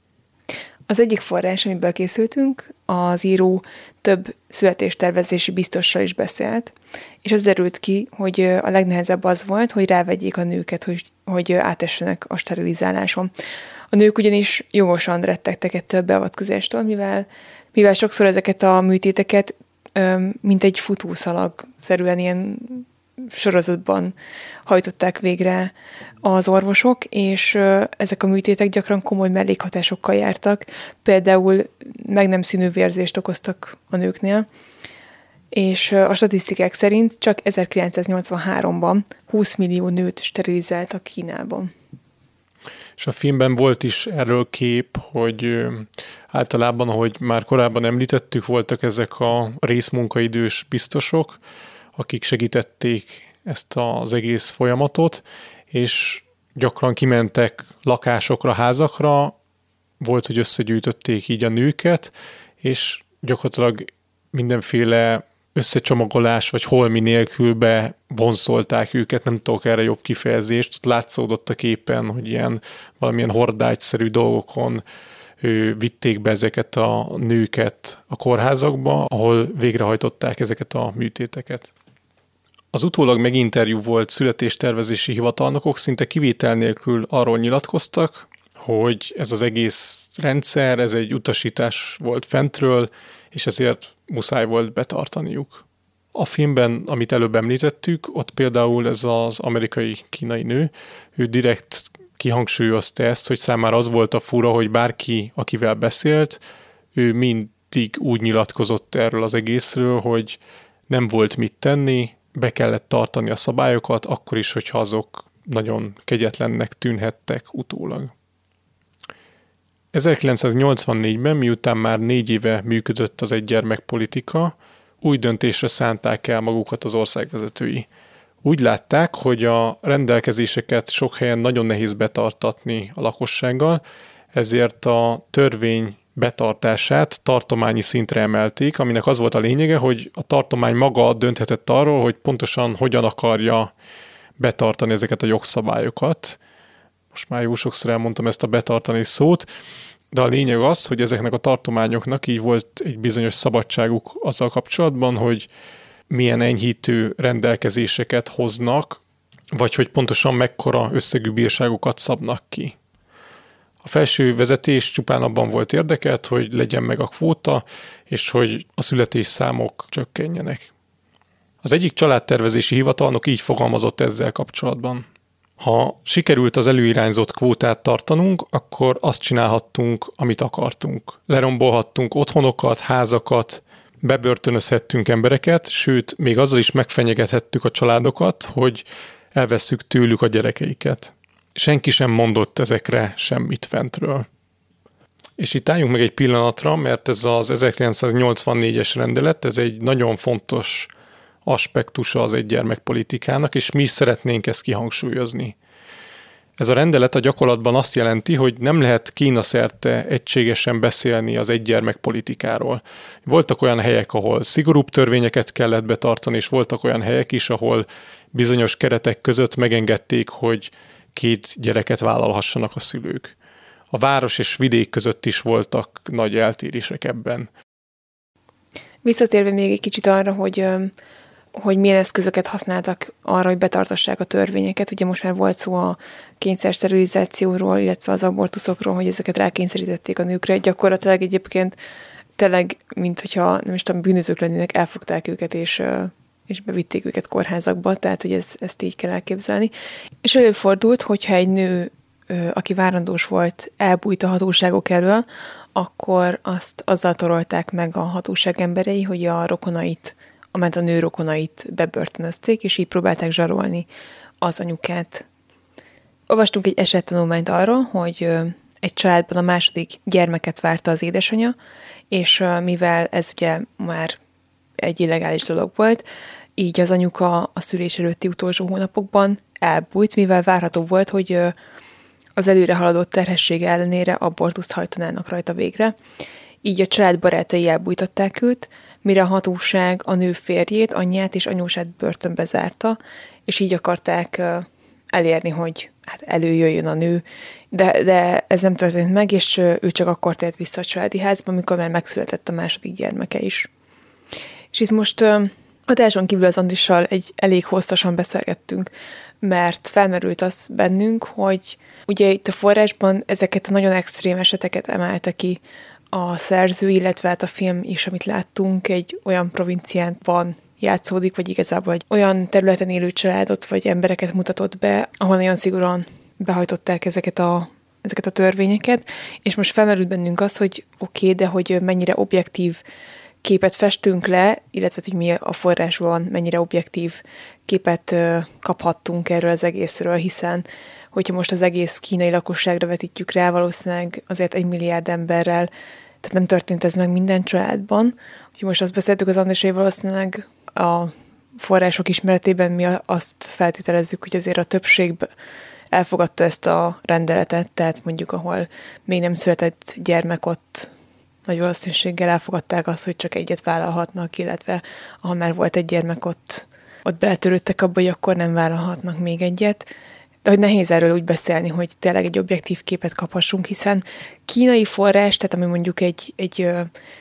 Az egyik forrás, amiből készültünk, az író több születéstervezési biztossal is beszélt, és az derült ki, hogy a legnehezebb az volt, hogy rávegyék a nőket, hogy, hogy átessenek a sterilizáláson. A nők ugyanis jogosan rettegtek ettől a beavatkozástól, mivel, mivel sokszor ezeket a műtéteket mint egy futószalag szerűen ilyen sorozatban hajtották végre az orvosok, és ezek a műtétek gyakran komoly mellékhatásokkal jártak, például meg nem szűnő vérzést okoztak a nőknél, és a statisztikák szerint csak ezerkilencszáznyolcvanháromban húsz millió nőt sterilizáltak Kínában. És a filmben volt is erről kép, hogy általában, ahogy már korábban említettük, voltak ezek a részmunkaidős biztosok, akik segítették ezt az egész folyamatot, és gyakran kimentek lakásokra, házakra, volt, hogy összegyűjtötték így a nőket, és gyakorlatilag mindenféle összecsomagolás vagy holmi nélkül bevonszolták őket, nem tudok erre jobb kifejezést, ott látszódott a képen, hogy ilyen valamilyen hordágyszerű dolgokon ő, vitték be ezeket a nőket a kórházakba, ahol végrehajtották ezeket a műtéteket. Az utólag meginterjú volt születéstervezési hivatalnokok szinte kivétel nélkül arról nyilatkoztak, hogy ez az egész rendszer, ez egy utasítás volt fentről, és ezért muszáj volt betartaniuk. A filmben, amit előbb említettük, ott például ez az amerikai kínai nő, ő direkt kihangsúlyozta ezt, hogy számára az volt a fura, hogy bárki, akivel beszélt, ő mindig úgy nyilatkozott erről az egészről, hogy nem volt mit tenni, be kellett tartani a szabályokat, akkor is, hogyha azok nagyon kegyetlennek tűnhettek utólag. ezerkilencszáznyolcvannégyben, miután már négy éve működött az egygyermekpolitika, új döntésre szánták el magukat az országvezetői. Úgy látták, hogy a rendelkezéseket sok helyen nagyon nehéz betartatni a lakossággal, ezért a törvény betartását tartományi szintre emelték, aminek az volt a lényege, hogy a tartomány maga dönthetett arról, hogy pontosan hogyan akarja betartani ezeket a jogszabályokat. Most már jó sokszor elmondtam ezt a betartani szót, de a lényeg az, hogy ezeknek a tartományoknak így volt egy bizonyos szabadságuk azzal kapcsolatban, hogy milyen enyhítő rendelkezéseket hoznak, vagy hogy pontosan mekkora összegű bírságokat szabnak ki. A felső vezetés csupán abban volt érdekelt, hogy legyen meg a kvóta, és hogy a születésszámok csökkenjenek. Az egyik családtervezési hivatalnok így fogalmazott ezzel kapcsolatban. Ha sikerült az előirányzott kvótát tartanunk, akkor azt csinálhattunk, amit akartunk. Lerombolhattunk otthonokat, házakat, bebörtönözhettünk embereket, sőt, még azzal is megfenyegethettük a családokat, hogy elvesszük tőlük a gyerekeiket. Senki sem mondott ezekre semmit fentről. És itt álljunk meg egy pillanatra, mert ez az ezerkilencszáznyolcvannégyes rendelet, ez egy nagyon fontos aspektusa az egygyermekpolitikának, és mi is szeretnénk ezt kihangsúlyozni. Ez a rendelet a gyakorlatban azt jelenti, hogy nem lehet Kína szerte egységesen beszélni az egygyermekpolitikáról. Voltak olyan helyek, ahol szigorúbb törvényeket kellett betartani, és voltak olyan helyek is, ahol bizonyos keretek között megengedték, hogy két gyereket vállalhassanak a szülők. A város és vidék között is voltak nagy eltérések ebben. Visszatérve még egy kicsit arra, hogy, hogy milyen eszközöket használtak arra, hogy betartassák a törvényeket. Ugye most már volt szó a kényszersterilizációról, illetve az abortuszokról, hogy ezeket rákényszerítették a nőkre. Gyakorlatilag egyébként tényleg, mint hogyha nem is tudom, bűnözők lennének, elfogták őket, és, és bevitték őket kórházakba, tehát hogy ez, ezt így kell elképzelni. És előfordult, hogyha egy nő, aki várandós volt, elbújt a hatóságok elől, akkor azt azzal torolták meg a hatóság emberei, hogy a rokonait, amint a nő rokonait bebörtönözték, és így próbálták zsarolni az anyukát. Olvastunk egy esettanulmányt arról, hogy egy családban a második gyermeket várta az édesanyja, és mivel ez ugye már egy illegális dolog volt, így az anyuka a szülés előtti utolsó hónapokban elbújt, mivel várható volt, hogy az előre haladott terhesség ellenére abortuszt hajtanának rajta végre. Így a család barátai elbújtatták őt, mire a hatóság a nő férjét, anyját és anyósát börtönbe zárta, és így akarták elérni, hogy hát előjöjjön a nő, de, de ez nem történt meg, és ő csak akkor tért vissza a családi házba, amikor már megszületett a második gyermeke is. És itt most adáson kívül az Andrissal egy elég hosszasan beszélgettünk, mert felmerült az bennünk, hogy ugye itt a forrásban ezeket a nagyon extrém eseteket emelte ki a szerző, illetve hát a film is, amit láttunk, egy olyan provincián van játszódik, vagy igazából egy olyan területen élő családot, vagy embereket mutatott be, ahol nagyon szigorúan behajtották ezeket a, ezeket a törvényeket, és most felmerült bennünk az, hogy oké, okay, de hogy mennyire objektív képet festünk le, illetve hogy mi a forrásban, mennyire objektív képet kaphattunk erről az egészről, hiszen hogyha most az egész kínai lakosságra vetítjük rá, valószínűleg azért egy milliárd emberrel, tehát nem történt ez meg minden családban. Úgyhogy most azt beszéltük az András, hogy valószínűleg a források ismeretében mi azt feltételezzük, hogy azért a többség elfogadta ezt a rendeletet, tehát mondjuk ahol még nem született gyermek, ott nagy valószínűséggel elfogadták azt, hogy csak egyet vállalhatnak, illetve ahol már volt egy gyermek, ott, ott beletörődtek abba, hogy akkor nem vállalhatnak még egyet. De hogy nehéz erről úgy beszélni, hogy tényleg egy objektív képet kaphassunk, hiszen kínai forrás, tehát ami mondjuk egy, egy ö,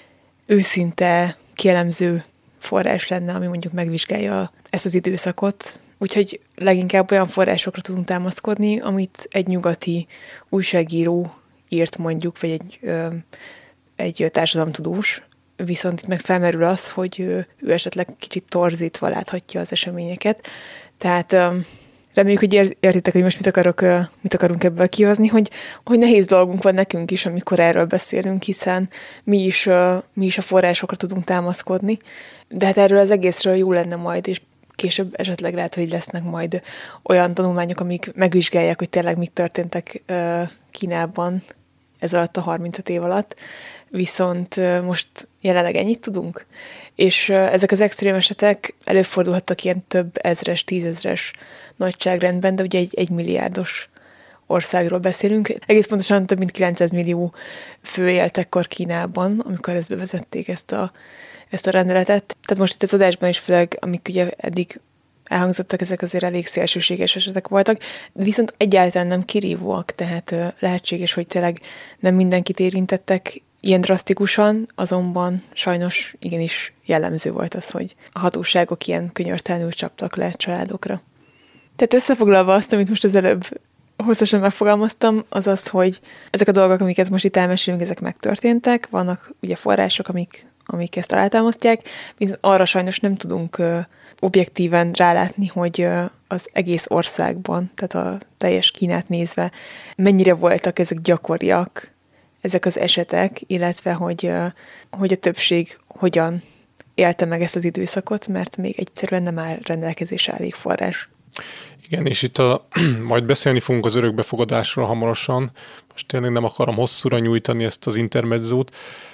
őszinte, kielemző forrás lenne, ami mondjuk megvizsgálja ezt az időszakot. Úgyhogy leginkább olyan forrásokra tudunk támaszkodni, amit egy nyugati újságíró írt mondjuk, vagy egy, ö, egy társadalomtudós. Viszont itt meg felmerül az, hogy ő, ő esetleg kicsit torzítva láthatja az eseményeket. Tehát ö, reméljük, hogy értitek, hogy most mit, akarok, mit akarunk ebből kihozni, hogy, hogy nehéz dolgunk van nekünk is, amikor erről beszélünk, hiszen mi is, mi is a forrásokra tudunk támaszkodni, de hát erről az egészről jó lenne majd, és később esetleg lehet, hogy lesznek majd olyan tanulmányok, amik megvizsgálják, hogy tényleg mit történtek Kínában ez alatt a harmincöt év alatt, viszont most jelenleg ennyit tudunk. És ezek az extrém esetek előfordulhattak ilyen több ezres, tízezres nagyságrendben, de ugye egy egymilliárdos országról beszélünk. Egész pontosan több mint kilencszáz millió fő élt ekkor Kínában, amikor ezt bevezették, ezt a, ezt a rendeletet. Tehát most itt az adásban is főleg, amik ugye eddig elhangzottak, ezek azért elég szélsőséges esetek voltak, viszont egyáltalán nem kirívóak, tehát lehetséges, hogy tényleg nem mindenkit érintettek ilyen drasztikusan, azonban sajnos igenis jellemző volt az, hogy a hatóságok ilyen könyörtelenül csaptak le családokra. Tehát összefoglalva azt, amit most az előbb hosszasan megfogalmaztam, az az, hogy ezek a dolgok, amiket most itt elmesélünk, ezek megtörténtek, vannak ugye források, amik, amik ezt alátámasztják, viszont arra sajnos nem tudunk uh, objektíven rálátni, hogy uh, az egész országban, tehát a teljes Kínát nézve, mennyire voltak ezek gyakoriak, ezek az esetek, illetve hogy, hogy a többség hogyan élte meg ezt az időszakot, mert még egyszerűen nem áll rendelkezésre elég forrás. Igen, és itt a, majd beszélni fogunk az örökbefogadásról hamarosan. Most tényleg nem akarom hosszúra nyújtani ezt az intermedzót,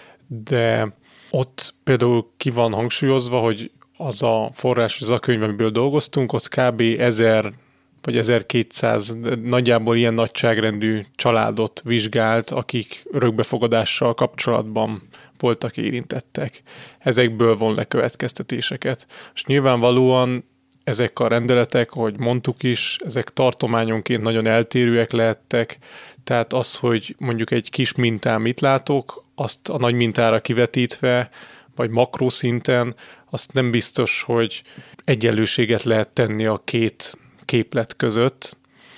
de ott például ki van hangsúlyozva, hogy az a forrás, az a könyv, amiből dolgoztunk, ott kb. ezer vagy ezerkétszáz nagyjából ilyen nagyságrendű családot vizsgált, akik örökbefogadással kapcsolatban voltak érintettek. Ezekből von le következtetéseket. És nyilvánvalóan ezek a rendeletek, ahogy mondtuk is, ezek tartományonként nagyon eltérőek lehettek, tehát az, hogy mondjuk egy kis mintán mit látok, azt a nagy mintára kivetítve, vagy makroszinten, azt nem biztos, hogy egyenlőséget lehet tenni a két képlet között,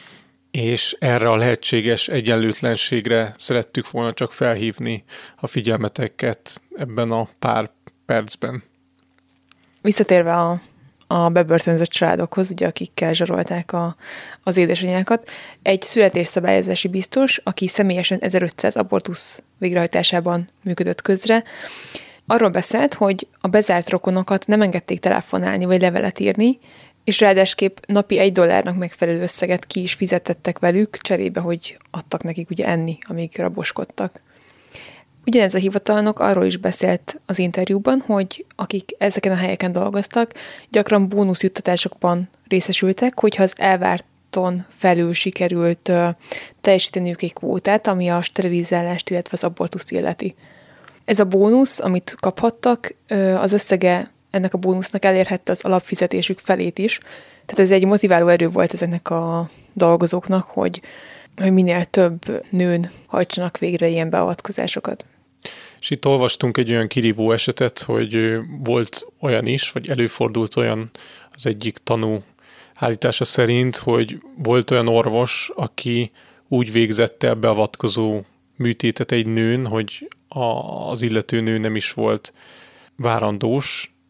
és erre a lehetséges egyenlőtlenségre szerettük volna csak felhívni a figyelmeteket ebben a pár percben. Visszatérve a, a bebörtönzött családokhoz, ugye, akikkel zsarolták a, az édesanyákat, egy születésszabályozási biztos, aki személyesen ezerötszáz abortusz végrehajtásában működött közre, arról beszélt, hogy a bezárt rokonokat nem engedték telefonálni vagy levelet írni, és ráadásképp napi egy dollárnak megfelelő összeget ki is fizetettek velük, cserébe, hogy adtak nekik ugye enni, amíg raboskodtak. Ugyanez a hivatalnok arról is beszélt az interjúban, hogy akik ezeken a helyeken dolgoztak, gyakran bónuszjuttatásokban részesültek, hogyha az elvárton felül sikerült uh, teljesíteniük egy kvótát, ami a sterilizálást, illetve az abortuszt illeti. Ez a bónusz, amit kaphattak, uh, az összege ennek a bónusznak elérhette az alapfizetésük felét is. Tehát ez egy motiváló erő volt ezeknek a dolgozóknak, hogy, hogy minél több nőn hajtsanak végre ilyen beavatkozásokat. És itt olvastunk egy olyan kirívó esetet, hogy volt olyan is, vagy előfordult olyan az egyik tanú állítása szerint, hogy volt olyan orvos, aki úgy végzette a beavatkozó műtétet egy nőn, hogy az illető nő nem is volt várandós,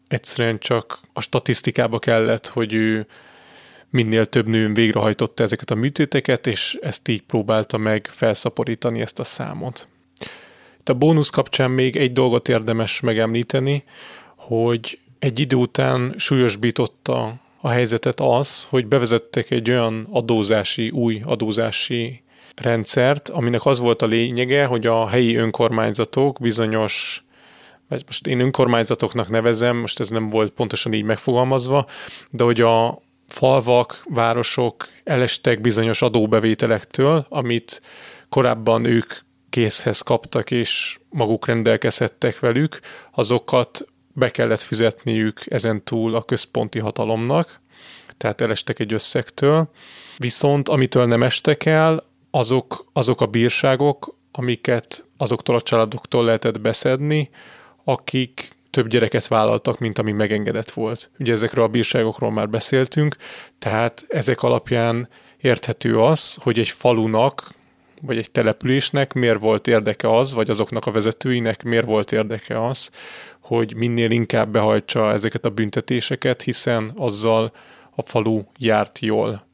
egyszerűen csak a statisztikába kellett, hogy ő minél több nőn végrehajtotta ezeket a műtéteket, és ezt így próbálta meg felszaporítani ezt a számot. Itt a bónusz kapcsán még egy dolgot érdemes megemlíteni, hogy egy idő után súlyosbította a helyzetet az, hogy bevezettek egy olyan adózási, új adózási rendszert, aminek az volt a lényege, hogy a helyi önkormányzatok bizonyos, vagy most én önkormányzatoknak nevezem, most ez nem volt pontosan így megfogalmazva, de hogy a falvak, városok elestek bizonyos adóbevételektől, amit korábban ők készhez kaptak, és maguk rendelkezhettek velük, azokat be kellett fizetniük ezen túl a központi hatalomnak, tehát elestek egy összegtől. Viszont amitől nem estek el, azok, azok a bírságok, amiket azoktól a családoktól lehetett beszedni, akik több gyereket vállaltak, mint ami megengedett volt. Ugye ezekről a bírságokról már beszéltünk, tehát ezek alapján érthető az, hogy egy falunak, vagy egy településnek miért volt érdeke az, vagy azoknak a vezetőinek miért volt érdeke az, hogy minél inkább behajtsa ezeket a büntetéseket, hiszen azzal a falu járt jól.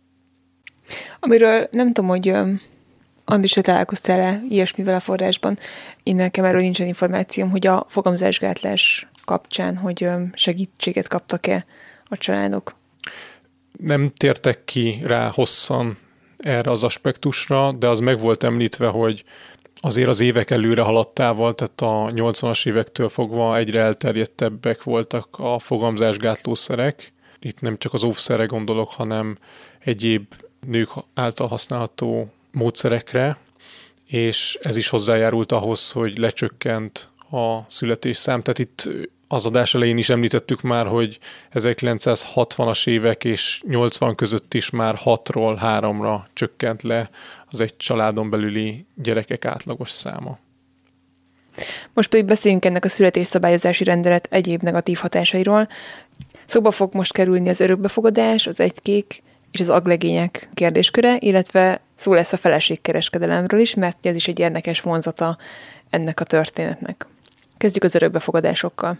Amiről nem tudom, hogy Andris, te találkoztál-e ilyesmivel a forrásban. Én nekem erről nincsen információm, hogy a fogamzásgátlás kapcsán, hogy segítséget kaptak-e a családok. Nem tértek ki rá hosszan erre az aspektusra, de az meg volt említve, hogy azért az évek előre haladtával, tehát a nyolcvanas évektől fogva egyre elterjedtebbek voltak a fogamzásgátlószerek. Itt nem csak az óvszerre gondolok, hanem egyéb nők által használható módszerekre, és ez is hozzájárult ahhoz, hogy lecsökkent a születésszám. Tehát itt az adás elején is említettük már, hogy ezerkilencszázhatvanas évek és nyolcvan között is már hatról háromra csökkent le az egy családon belüli gyerekek átlagos száma. Most pedig beszéljünk ennek a születésszabályozási rendelet egyéb negatív hatásairól. Szóba fog most kerülni az örökbefogadás, az egykék és az aglegények kérdésköre, illetve szó lesz a feleségkereskedelemről is, mert ez is egy érdekes vonzata ennek a történetnek. Kezdjük az örökbefogadásokkal.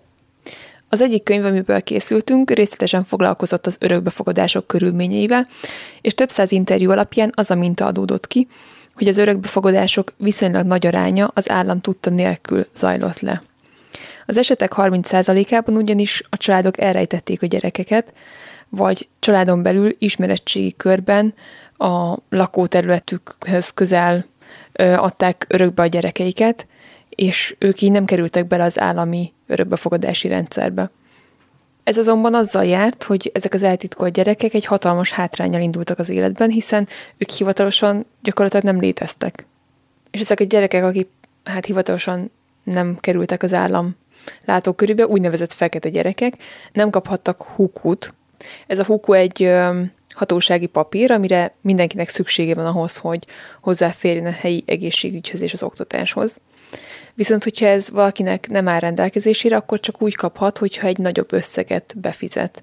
Az egyik könyv, amiből készültünk, részletesen foglalkozott az örökbefogadások körülményeivel, és több száz interjú alapján az a minta adódott ki, hogy az örökbefogadások viszonylag nagy aránya az állam tudta nélkül zajlott le. Az esetek harminc százalékában ugyanis a családok elrejtették a gyerekeket, vagy családon belül ismeretségi körben a lakóterületükhöz közel adták örökbe a gyerekeiket, és ők így nem kerültek bele az állami örökbefogadási rendszerbe. Ez azonban azzal járt, hogy ezek az eltitkolt gyerekek egy hatalmas hátránnyal indultak az életben, hiszen ők hivatalosan gyakorlatilag nem léteztek. És ezek a gyerekek, akik hát hivatalosan nem kerültek az állam látókörébe, úgynevezett fekete gyerekek, nem kaphattak hukút. Ez a huku egy ö, hatósági papír, amire mindenkinek szüksége van ahhoz, hogy hozzáférjen a helyi egészségügyhöz és az oktatáshoz. Viszont, hogyha ez valakinek nem áll rendelkezésére, akkor csak úgy kaphat, hogyha egy nagyobb összeget befizet.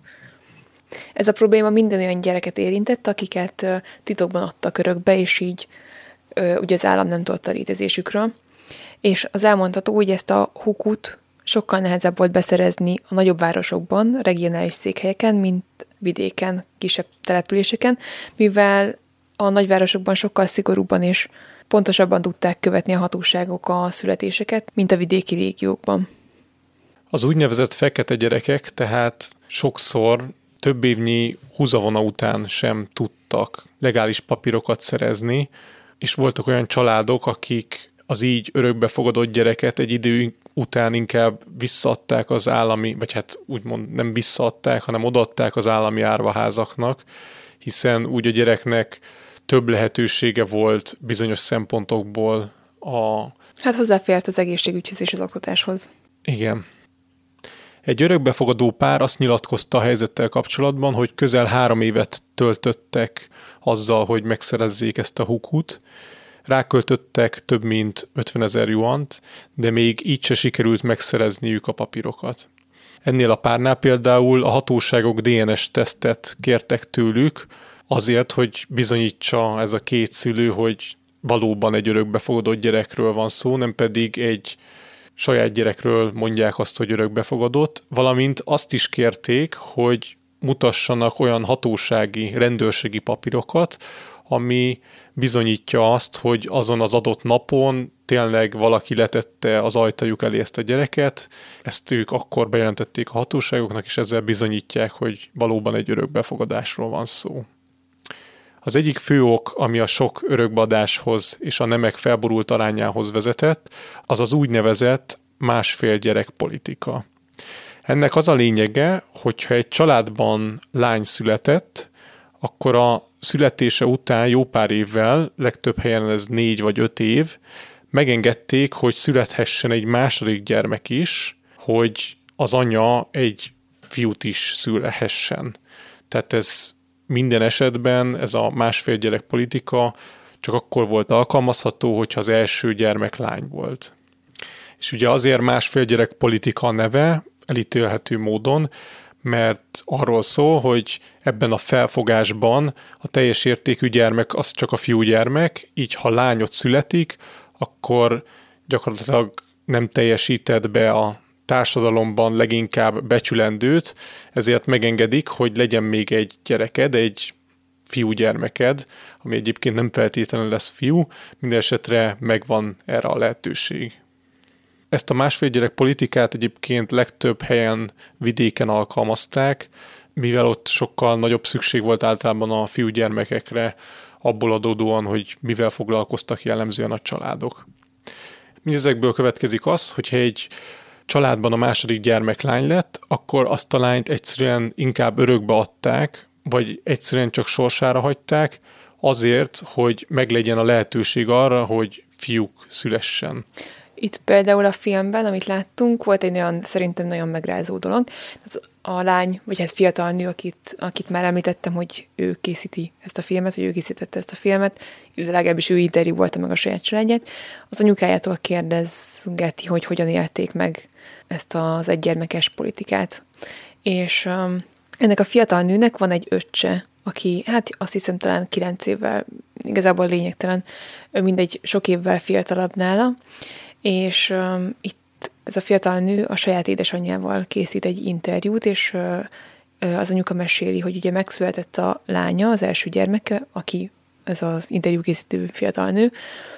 Ez a probléma minden olyan gyereket érintett, akiket titokban adtak örökbe, és így ugye az állam nem tudott a létezésükről. És az elmondható, hogy ezt a hukut sokkal nehezebb volt beszerezni a nagyobb városokban, regionális székhelyeken, mint vidéken, kisebb településeken, mivel a nagyvárosokban sokkal szigorúbban és pontosabban tudták követni a hatóságok a születéseket, mint a vidéki régiókban. Az úgynevezett fekete gyerekek tehát sokszor több évnyi húzavona után sem tudtak legális papírokat szerezni, és voltak olyan családok, akik az így örökbefogadott gyereket egy idő után inkább visszaadták az állami, vagy hát úgymond nem visszaadták, hanem odaadták az állami árvaházaknak, hiszen úgy a gyereknek több lehetősége volt bizonyos szempontokból a... Hát hozzáfért az egészségügyhöz és az oktatáshoz. Igen. Egy örökbefogadó pár azt nyilatkozta a helyzettel kapcsolatban, hogy közel három évet töltöttek azzal, hogy megszerezzék ezt a hukut. Ráköltöttek több mint ötvenezer juant, de még így se sikerült megszerezniük a papírokat. Ennél a párnál például a hatóságok dé en es-tesztet kértek tőlük, azért, hogy bizonyítsa ez a két szülő, hogy valóban egy örökbefogadott gyerekről van szó, nem pedig egy saját gyerekről mondják azt, hogy örökbefogadott, valamint azt is kérték, hogy mutassanak olyan hatósági, rendőrségi papírokat, ami bizonyítja azt, hogy azon az adott napon tényleg valaki letette az ajtajuk elé ezt a gyereket, ezt ők akkor bejelentették a hatóságoknak, és ezzel bizonyítják, hogy valóban egy örökbefogadásról van szó. Az egyik fő ok, ami a sok örökbeadáshoz és a nemek felborult arányához vezetett, az az úgynevezett másfél gyerek politika. Ennek az a lényege, hogyha egy családban lány született, akkor a születése után jó pár évvel, legtöbb helyen ez négy vagy öt év, megengedték, hogy születhessen egy második gyermek is, hogy az anya egy fiút is szülhessen. Tehát ez minden esetben, ez a másfél gyerek politika csak akkor volt alkalmazható, hogyha az első gyermek lány volt. És ugye azért másfél gyerek politika a neve, elítélhető módon, mert arról szól, hogy ebben a felfogásban a teljes értékű gyermek az csak a fiúgyermek, így ha lányot születik, akkor gyakorlatilag nem teljesített be a társadalomban leginkább becsülendőt, ezért megengedik, hogy legyen még egy gyereked, egy fiúgyermeked, ami egyébként nem feltétlenül lesz fiú, minden esetre megvan erre a lehetőség. Ezt a másfél gyerek politikát egyébként legtöbb helyen vidéken alkalmazták, mivel ott sokkal nagyobb szükség volt általában a fiúgyermekekre, abból adódóan, hogy mivel foglalkoztak jellemzően a családok. Mindezekből következik az, hogyha egy családban a második gyermek lány lett, akkor azt a lányt egyszerűen inkább örökbe adták, vagy egyszerűen csak sorsára hagyták, azért, hogy meglegyen a lehetőség arra, hogy fiúk szülessen. Itt például a filmben, amit láttunk, volt egy olyan, szerintem nagyon megrázó dolog. A lány, vagy hát fiatal nő, akit, akit már említettem, hogy ő készíti ezt a filmet, vagy ő készítette ezt a filmet, legalábbis ő interjú volt meg a saját családját, az anyukájától kérdezgeti, hogy hogyan élték meg ezt az egygyermekes politikát. És um, ennek a fiatal nőnek van egy öccse, aki, hát azt hiszem talán kilenc évvel, igazából lényegtelen, mindegy sok évvel fiatalabb nála, és um, itt ez a fiatal nő a saját édesanyjával készít egy interjút, és uh, az anyuka meséli, hogy ugye megszületett a lánya, az első gyermeke, aki ez az interjú készítő fiatal nő,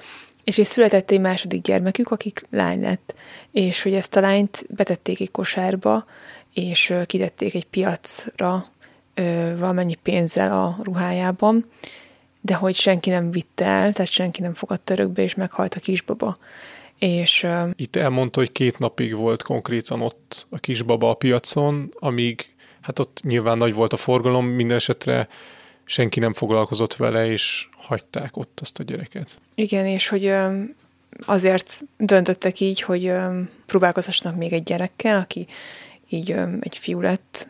és és született egy második gyermekük, akik lány lett, és hogy ezt a lányt betették egy kosárba, és uh, kitették egy piacra uh, valamennyi pénzzel a ruhájában, de hogy senki nem vitte el, tehát senki nem fogadta örökbe, és meghalt a kisbaba. És, itt elmondta, hogy két napig volt konkrétan ott a kisbaba a piacon, amíg hát ott nyilván nagy volt a forgalom, minden esetre senki nem foglalkozott vele, és hagyták ott azt a gyereket. Igen, és hogy azért döntöttek így, hogy próbálkozhassanak még egy gyerekkel, aki így egy fiú lett.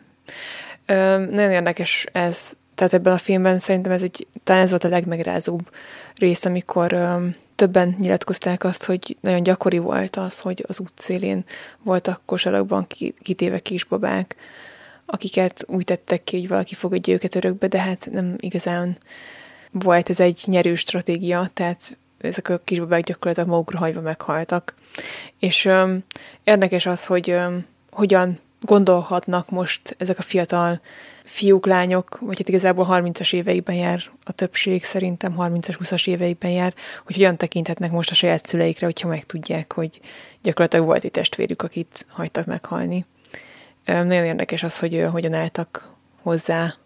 Nagyon érdekes ez, tehát ebben a filmben szerintem ez egy, talán ez volt a legmegrázóbb rész, amikor többen nyilatkozták azt, hogy nagyon gyakori volt az, hogy az útszélén voltak kosarakban kitéve kisbabák, akiket úgy tettek ki, hogy valaki fogadja őket örökbe, de hát nem igazán volt ez egy nyerő stratégia, tehát ezek a kisbabák gyakorlatilag magukra hagyva meghaltak. És öm, érdekes az, hogy öm, hogyan gondolhatnak most ezek a fiatal fiúk, lányok, vagy hát igazából harmincas éveikben jár a többség, szerintem harmincas, húszas éveikben jár, hogy hogyan tekinthetnek most a saját szüleikre, hogyha megtudják, hogy gyakorlatilag volt egy testvérük, akit hagytak meghalni. Nagyon érdekes az, hogy hogyan álltak hozzá.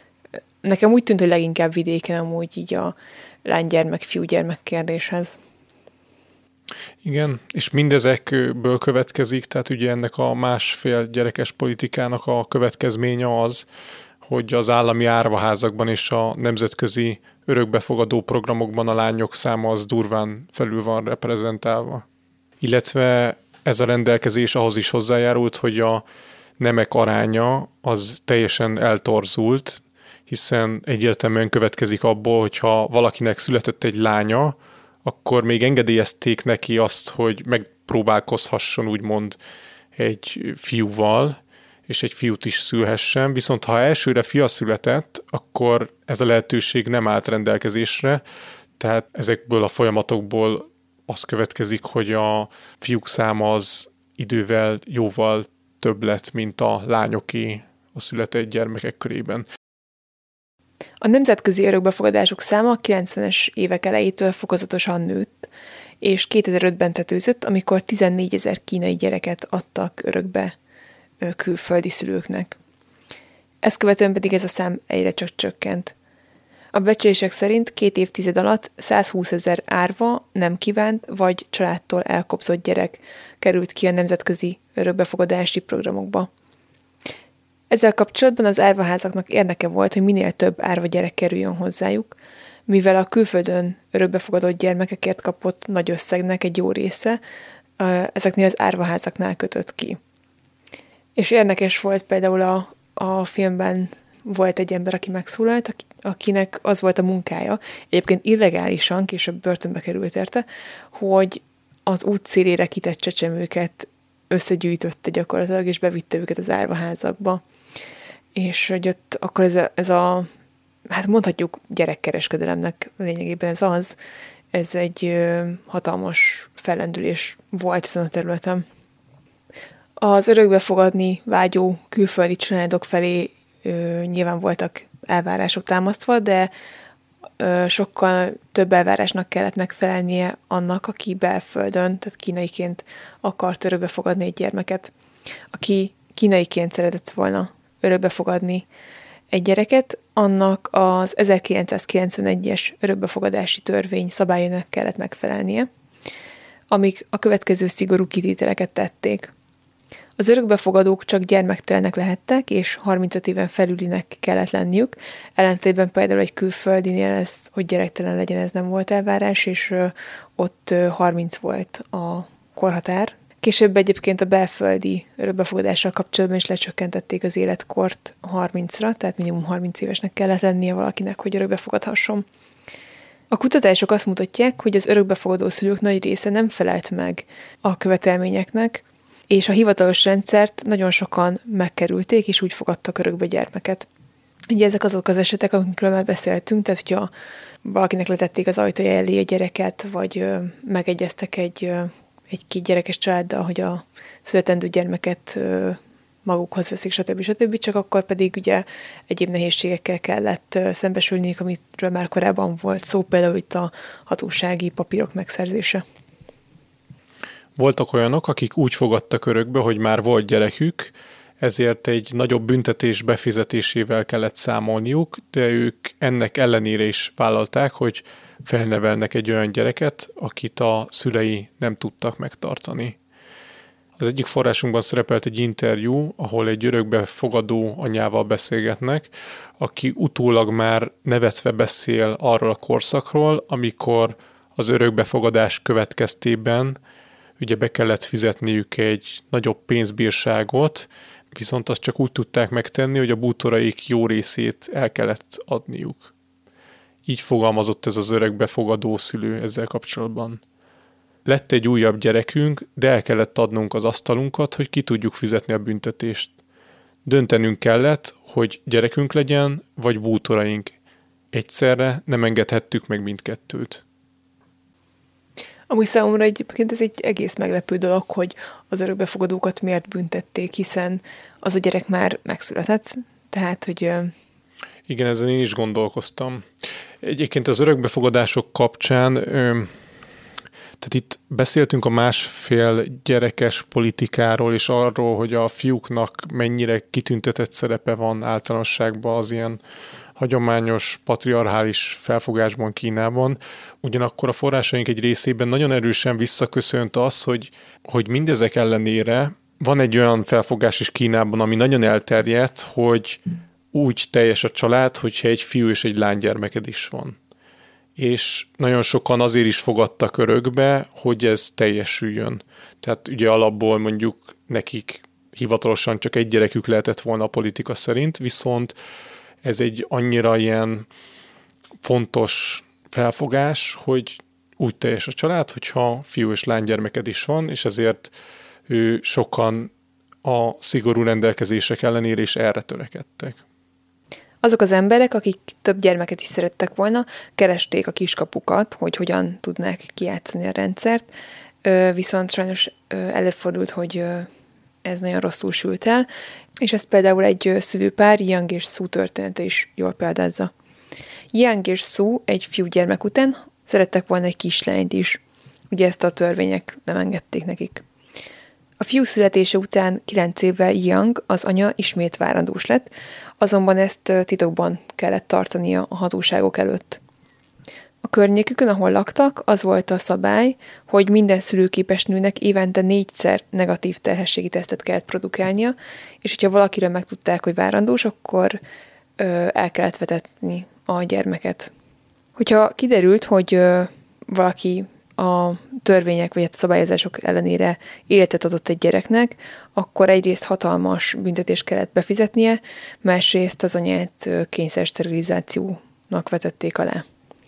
Nekem úgy tűnt, hogy leginkább vidéken amúgy így a lánygyermek, fiúgyermek kérdéshez. Igen, és mindezekből következik, tehát ugye ennek a másfél gyerekes politikának a következménye az, hogy az állami árvaházakban és a nemzetközi örökbefogadó programokban a lányok száma az durván felül van reprezentálva. Illetve ez a rendelkezés ahhoz is hozzájárult, hogy a nemek aránya az teljesen eltorzult, hiszen egyértelműen következik abból, hogyha valakinek született egy lánya, akkor még engedélyezték neki azt, hogy megpróbálkozhasson úgymond egy fiúval, és egy fiút is szülhessen, viszont ha elsőre fia született, akkor ez a lehetőség nem állt rendelkezésre, tehát ezekből a folyamatokból az következik, hogy a fiúk száma az idővel jóval több lett, mint a lányoké a született gyermekek körében. A nemzetközi örökbefogadások száma a kilencvenes évek elejétől fokozatosan nőtt, és kétezer-ötben tetőzött, amikor tizennégyezer kínai gyereket adtak örökbe külföldi szülőknek. Ezt követően pedig ez a szám egyre csak csökkent. A becslések szerint két évtized alatt százhúszezer árva, nem kívánt vagy családtól elkobzott gyerek került ki a nemzetközi örökbefogadási programokba. Ezzel kapcsolatban az árvaházaknak érdeke volt, hogy minél több árva gyerek kerüljön hozzájuk, mivel a külföldön örökbefogadott gyermekekért kapott nagy összegnek egy jó része ezeknél az árvaházaknál kötött ki. És érdekes volt például a, a filmben volt egy ember, aki megszólalt, akinek az volt a munkája, egyébként illegálisan, később börtönbe került érte, hogy az út szélére kitett csecsemőket összegyűjtötte gyakorlatilag, és bevitte őket az árvaházakba. És hogy ott akkor ez a, ez a hát mondhatjuk gyerekkereskedelemnek lényegében ez az, ez egy ö, hatalmas fellendülés volt ezen a területen. Az örökbefogadni vágyó külföldi családok felé ö, nyilván voltak elvárások támasztva, de ö, sokkal több elvárásnak kellett megfelelnie annak, aki belföldön, tehát kínaiként akart örökbefogadni egy gyermeket. Aki kínaiként szeretett volna örökbefogadni egy gyereket, annak az ezerkilencszázkilencvenegyes örökbefogadási törvény szabályának kellett megfelelnie, amik a következő szigorú kitételeket tették. Az örökbefogadók csak gyermektelenek lehettek, és harmincöt éven felülinek kellett lenniük, ellentétben például egy külföldinél ez, hogy gyerektelen legyen, ez nem volt elvárás, és ott harminc volt a korhatár. Később egyébként a belföldi örökbefogadással kapcsolatban is lecsökkentették az életkort harmincra, tehát minimum harminc évesnek kellett lennie valakinek, hogy örökbefogadhasson. A kutatások azt mutatják, hogy az örökbefogadó szülők nagy része nem felelt meg a követelményeknek, és a hivatalos rendszert nagyon sokan megkerülték, és úgy fogadtak örökbe gyermeket. Ugye ezek azok az esetek, amikről már beszéltünk, tehát hogyha valakinek letették az ajtaja elé a gyereket, vagy ö, megegyeztek egy, ö, egy két gyerekes családdal, hogy a születendő gyermeket ö, magukhoz veszik, stb. stb. Csak akkor pedig ugye egyéb nehézségekkel kellett ö, szembesülniük, amiről már korábban volt szó, például itt a hatósági papírok megszerzése. Voltak olyanok, akik úgy fogadtak örökbe, hogy már volt gyerekük, ezért egy nagyobb büntetés befizetésével kellett számolniuk, de ők ennek ellenére is vállalták, hogy felnevelnek egy olyan gyereket, akit a szülei nem tudtak megtartani. Az egyik forrásunkban szerepelt egy interjú, ahol egy örökbefogadó anyával beszélgetnek, aki utólag már nevetve beszél arról a korszakról, amikor az örökbefogadás következtében ugye be kellett fizetniük egy nagyobb pénzbírságot, viszont azt csak úgy tudták megtenni, hogy a bútoraik jó részét el kellett adniuk. Így fogalmazott ez az örökbefogadó szülő ezzel kapcsolatban. Lett egy újabb gyerekünk, de el kellett adnunk az asztalunkat, hogy ki tudjuk fizetni a büntetést. Döntenünk kellett, hogy gyerekünk legyen, vagy bútoraink. Egyszerre nem engedhettük meg mindkettőt. Amúgy számomra egyébként ez egy egész meglepő dolog, hogy az örökbefogadókat miért büntették, hiszen az a gyerek már megszületett, tehát, hogy... Igen, ezen én is gondolkoztam. Egyébként az örökbefogadások kapcsán, tehát itt beszéltünk a másfél gyerekes politikáról, és arról, hogy a fiúknak mennyire kitüntetett szerepe van általánosságban az ilyen hagyományos, patriarchális felfogásban Kínában. Ugyanakkor a forrásaink egy részében nagyon erősen visszaköszönt az, hogy, hogy mindezek ellenére van egy olyan felfogás is Kínában, ami nagyon elterjedt, hogy úgy teljes a család, hogyha egy fiú és egy lánygyermeked is van. És nagyon sokan azért is fogadtak örökbe, hogy ez teljesüljön. Tehát ugye alapból mondjuk nekik hivatalosan csak egy gyerekük lehetett volna a politika szerint, viszont ez egy annyira ilyen fontos felfogás, hogy úgy teljes a család, hogyha fiú és lánygyermeked is van, és ezért ő sokan a szigorú rendelkezések ellenére is erre törekedtek. Azok az emberek, akik több gyermeket is szerettek volna, keresték a kiskapukat, hogy hogyan tudnák kijátszani a rendszert, viszont sajnos előfordult, hogy ez nagyon rosszul sült el, és ezt például egy szülőpár, Yang és Sue története is jól példázza. Yang és Sue egy fiúgyermek után szerettek volna egy kislányt is. Ugye ezt a törvények nem engedték nekik. A fiú születése után kilenc évvel Yang, az anya ismét várandós lett, azonban ezt titokban kellett tartania a hatóságok előtt. A környékükön, ahol laktak, az volt a szabály, hogy minden szülőképes nőnek évente négyszer negatív terhességi tesztet kellett produkálnia, és hogyha valakire megtudták, hogy várandós, akkor ö, el kellett vetetni a gyermeket. Hogyha kiderült, hogy ö, valaki a törvények vagy a szabályozások ellenére életet adott egy gyereknek, akkor egyrészt hatalmas büntetést kellett befizetnie, másrészt az anyát kényszersterilizációnak vetették alá.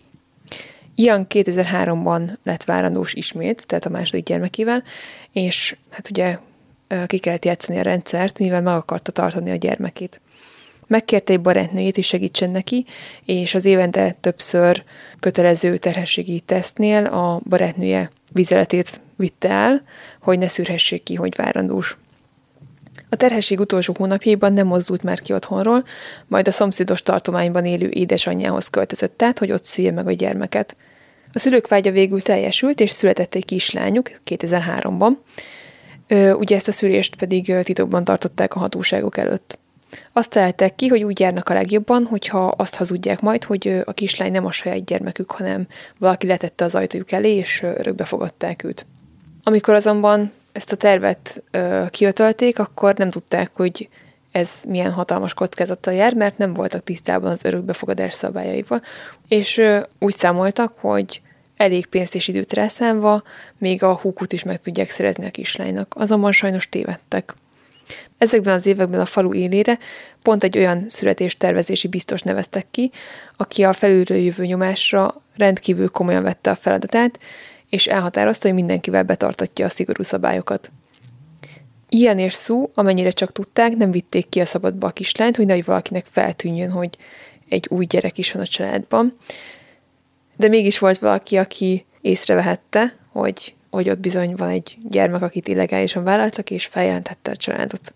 Yang kétezer-háromban lett várandós ismét, tehát a második gyermekével, és hát ugye ki kellett játszani a rendszert, mivel meg akarta tartani a gyermekét. Megkérte egy barátnőjét, hogy segítsen neki, és az évente többször kötelező terhességi tesztnél a barátnője vizeletét vitte el, hogy ne szűrhessék ki, hogy várandós. A terhesség utolsó hónapjaiban nem mozdult már ki otthonról, majd a szomszédos tartományban élő édesanyjához költözött át, hogy ott szülje meg a gyermeket. A szülők vágya végül teljesült, és született egy kislányuk kétezer-háromban. Ugye ezt a szülést pedig titokban tartották a hatóságok előtt. Azt találták ki, hogy úgy járnak a legjobban, hogyha azt hazudják majd, hogy a kislány nem a saját gyermekük, hanem valaki letette az ajtójuk elé, és örökbe fogadták őt. Amikor azonban ezt a tervet ö, kiötölték, akkor nem tudták, hogy ez milyen hatalmas kockázattal jár, mert nem voltak tisztában az örökbefogadás szabályaival, és ö, úgy számoltak, hogy elég pénzt és időt rászánva még a húkut is meg tudják szerezni a kislánynak, azonban sajnos tévedtek. Ezekben az években a falu élére pont egy olyan születéstervezési biztos neveztek ki, aki a felülről jövő nyomásra rendkívül komolyan vette a feladatát, és elhatározta, hogy mindenkivel betartatja a szigorú szabályokat. Ian és Sue, amennyire csak tudták, nem vitték ki a szabadba a kislányt, hogy nehogy valakinek feltűnjön, hogy egy új gyerek is van a családban. De mégis volt valaki, aki észrevehette, hogy, hogy ott bizony van egy gyermek, akit illegálisan vállaltak, és feljelentette a családot.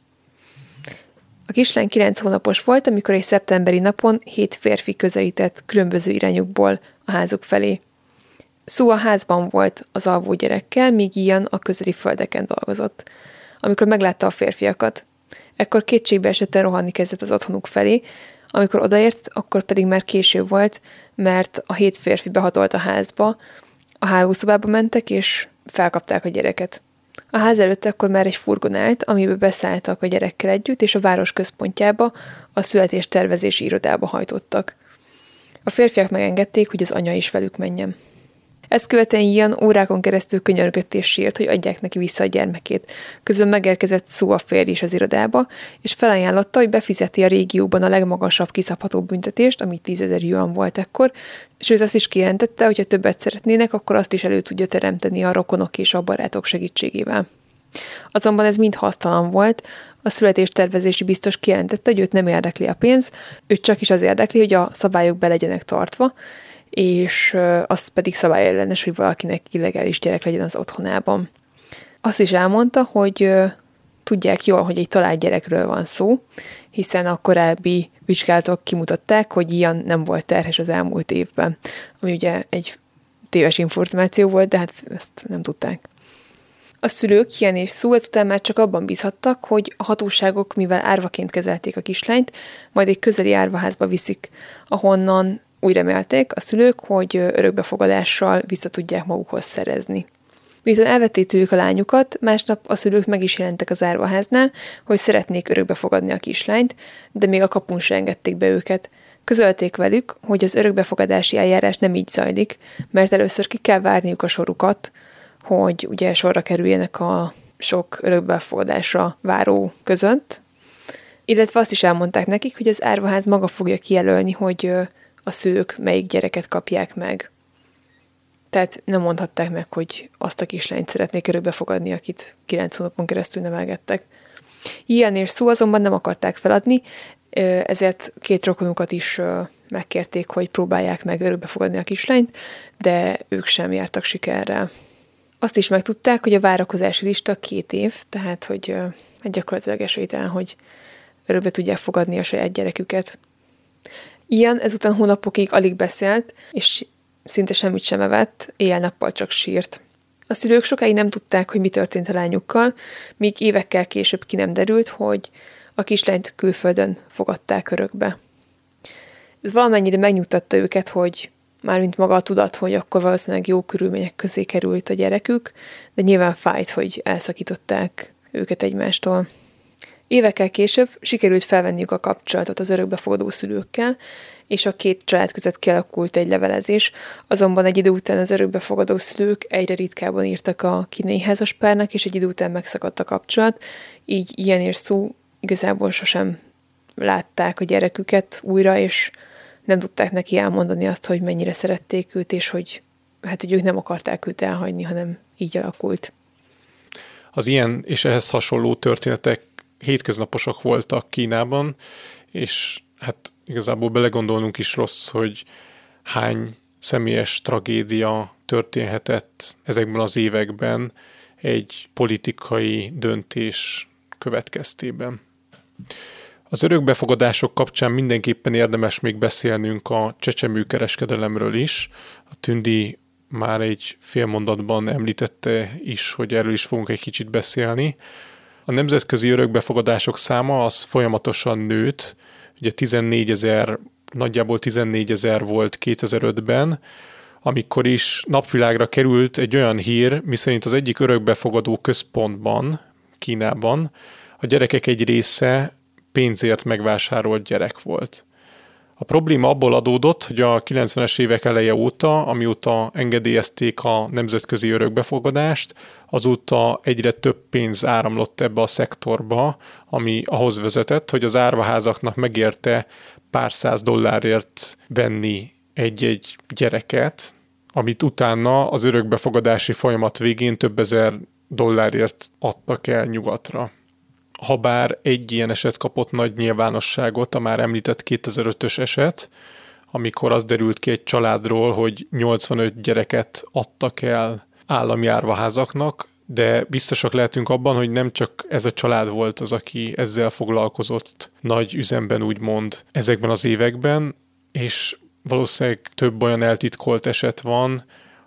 A kislány kilenc hónapos volt, amikor egy szeptemberi napon hét férfi közelített különböző irányukból a házuk felé. Sue a házban volt az alvó gyerekkel, míg Ian a közeli földeken dolgozott. Amikor meglátta a férfiakat, ekkor kétségbe esetten rohanni kezdett az otthonuk felé, amikor odaért, akkor pedig már késő volt, mert a hét férfi behatolt a házba, a hálószobába mentek, és felkapták a gyereket. A ház előtt akkor már egy furgon állt, amibe beszálltak a gyerekkel együtt, és a város központjába, a születéstervezési irodába hajtottak. A férfiak megengedték, hogy az anya is velük menjen. Ezt követően Ian órákon keresztül könyörgött és sírt, hogy adják neki vissza a gyermekét. Közben megérkezett Sue a férj is az irodába, és felajánlotta, hogy befizeti a régióban a legmagasabb kiszabható büntetést, ami tízezer yuan volt ekkor, sőt azt is kijelentette, hogy ha többet szeretnének, akkor azt is elő tudja teremteni a rokonok és a barátok segítségével. Azonban ez mind hasztalan volt, a születéstervezési biztos kijelentette, hogy őt nem érdekli a pénz, őt csak is az érdekli, hogy a szabályok be legyenek tartva, és az pedig szabályellenes, hogy valakinek illegális gyerek legyen az otthonában. Azt is elmondta, hogy tudják jól, hogy egy talált gyerekről van szó, hiszen a korábbi vizsgálatok kimutatták, hogy Ian nem volt terhes az elmúlt évben, ami ugye egy téves információ volt, de hát ezt nem tudták. A szülők, Ian és Sue ezután már csak abban bízhattak, hogy a hatóságok, mivel árvaként kezelték a kislányt, majd egy közeli árvaházba viszik, ahonnan úgy remélték a szülők, hogy örökbefogadással vissza tudják magukhoz szerezni. Miután elvették tőlük a lányukat, másnap a szülők meg is jelentek az árvaháznál, hogy szeretnék örökbefogadni a kislányt, de még a kapun se engedték be őket. Közölték velük, hogy az örökbefogadási eljárás nem így zajlik, mert először ki kell várniuk a sorukat, hogy ugye sorra kerüljenek a sok örökbefogadásra váró között, illetve azt is elmondták nekik, hogy az árvaház maga fogja kijelölni, hogy a szülők melyik gyereket kapják meg. Tehát nem mondhatták meg, hogy azt a kislányt szeretnék örökbefogadni, akit kilenc hónapon keresztül nevelgettek. Ian és Sue azonban nem akarták feladni, ezért két rokonukat is megkérték, hogy próbálják meg örökbe fogadni a kislányt, de ők sem jártak sikerrel. Azt is megtudták, hogy a várakozási lista két év, tehát hogy hát gyakorlatilag esélytelen, hogy örökbe tudják fogadni a saját gyereküket. Ian ezután hónapokig alig beszélt, és szinte semmit sem evett, éjjel-nappal csak sírt. A szülők sokáig nem tudták, hogy mi történt a lányukkal, míg évekkel később ki nem derült, hogy a kislányt külföldön fogadták örökbe. Ez valamennyire megnyugtatta őket, hogy mármint maga a tudat, hogy akkor valószínűleg jó körülmények közé került a gyerekük, de nyilván fájt, hogy elszakították őket egymástól. Évekkel később sikerült felvenniük a kapcsolatot az örökbefogadó szülőkkel, és a két család között kialakult egy levelezés, azonban egy idő után az örökbefogadó szülők egyre ritkábban írtak a kínai házaspárnak, és egy idő után megszakadt a kapcsolat, így Ian és Sue igazából sosem látták a gyereküket újra, és nem tudták neki elmondani azt, hogy mennyire szerették őt, és hogy, hát, hogy ők nem akarták őt elhagyni, hanem így alakult. Az ilyen és ehhez hasonló történetek hétköznaposak voltak Kínában, és hát igazából belegondolnunk is rossz, hogy hány személyes tragédia történhetett ezekben az években egy politikai döntés következtében. Az örökbefogadások kapcsán mindenképpen érdemes még beszélnünk a csecsemőkereskedelemről is. A Tündi már egy fél mondatban említette is, hogy erről is fogunk egy kicsit beszélni. A nemzetközi örökbefogadások száma az folyamatosan nőtt, ugye tizennégyezer, nagyjából tizennégyezer volt kétezer-ötben, amikor is napvilágra került egy olyan hír, miszerint az egyik örökbefogadó központban, Kínában, a gyerekek egy része pénzért megvásárolt gyerek volt. A probléma abból adódott, hogy a kilencvenes évek eleje óta, amióta engedélyezték a nemzetközi örökbefogadást, azóta egyre több pénz áramlott ebbe a szektorba, ami ahhoz vezetett, hogy az árvaházaknak megérte pár száz dollárért venni egy-egy gyereket, amit utána az örökbefogadási folyamat végén több ezer dollárért adtak el nyugatra. Habár egy ilyen eset kapott nagy nyilvánosságot, a már említett kétezer-ötös eset, amikor az derült ki egy családról, hogy nyolcvanöt gyereket adtak el állami árvaházaknak, de biztosak lehetünk abban, hogy nem csak ez a család volt az, aki ezzel foglalkozott nagy üzemben, úgymond ezekben az években, és valószínűleg több olyan eltitkolt eset van,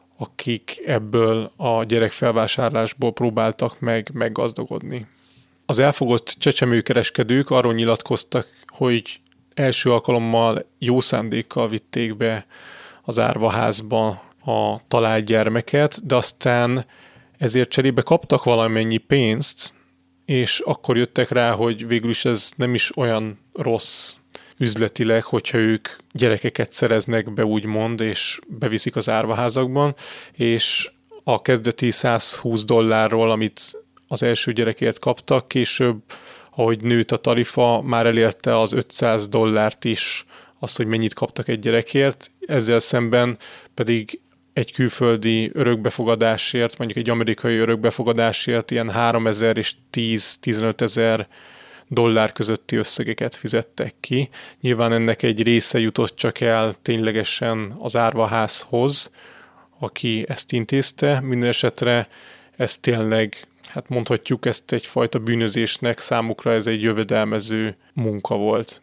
akik ebből a gyerekfelvásárlásból próbáltak meg meggazdagodni. Az elfogott csecsemőkereskedők arról nyilatkoztak, hogy első alkalommal jó szándékkal vitték be az árvaházba a talált gyermeket, de aztán ezért cserébe kaptak valamennyi pénzt, és akkor jöttek rá, hogy végül is ez nem is olyan rossz üzletileg, hogyha ők gyerekeket szereznek be, úgymond, és beviszik az árvaházakban, és a kezdeti százhúsz dollárról, amit az első gyerekért kaptak, később, ahogy nőtt a tarifa, már elérte az ötszáz dollárt is azt, hogy mennyit kaptak egy gyerekért, ezzel szemben pedig egy külföldi örökbefogadásért, mondjuk egy amerikai örökbefogadásért ilyen háromezer és tíz-tizenöt ezer dollár közötti összegeket fizettek ki. Nyilván ennek egy része jutott csak el ténylegesen az árvaházhoz, aki ezt intézte. Minden esetre ez tényleg, hát mondhatjuk ezt egyfajta bűnözésnek, számukra ez egy jövedelmező munka volt.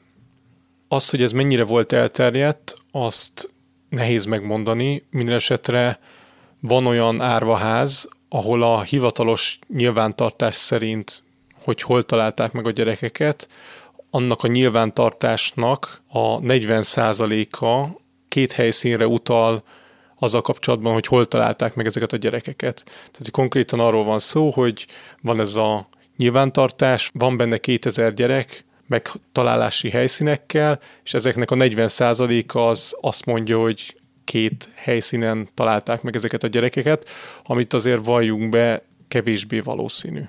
Az, hogy ez mennyire volt elterjedt, azt nehéz megmondani. Minden esetre van olyan árvaház, ahol a hivatalos nyilvántartás szerint, hogy hol találták meg a gyerekeket, annak a nyilvántartásnak a negyven százaléka két helyszínre utal azzal kapcsolatban, hogy hol találták meg ezeket a gyerekeket. Tehát konkrétan arról van szó, hogy van ez a nyilvántartás, van benne kétezer gyerek, megtalálási helyszínekkel, és ezeknek a negyven százaléka az azt mondja, hogy két helyszínen találták meg ezeket a gyerekeket, amit azért valljunk be, kevésbé valószínű.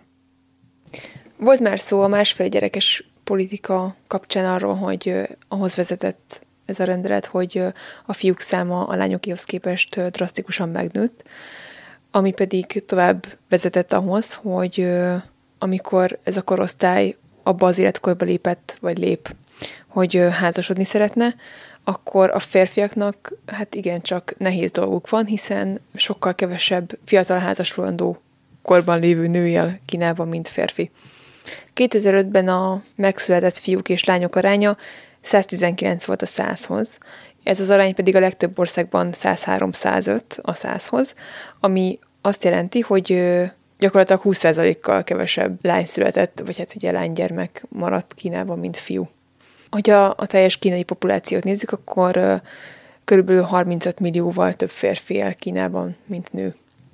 Volt már szó a másfél gyerekes politika kapcsán arról, hogy ahhoz vezetett ez a rendelet, hogy a fiúk száma a lányokéhoz képest drasztikusan megnőtt, ami pedig tovább vezetett ahhoz, hogy amikor ez a korosztály abba az életkorba lépett, vagy lép, hogy házasodni szeretne, akkor a férfiaknak hát igencsak nehéz dolguk van, hiszen sokkal kevesebb fiatal házasvolandó korban lévő nő él Kínában, mint férfi. kétezer-ötben a megszületett fiúk és lányok aránya száztizenkilenc volt a százhoz, ez az arány pedig a legtöbb országban száz három száz öt a százhoz, ami azt jelenti, hogy gyakorlatilag húsz százalékkal kevesebb lány született, vagy hát ugye lánygyermek maradt Kínában, mint fiú. Hogyha a teljes kínai populációt nézzük, akkor uh, körülbelül harmincöt millióval több férfi él Kínában, mint nő.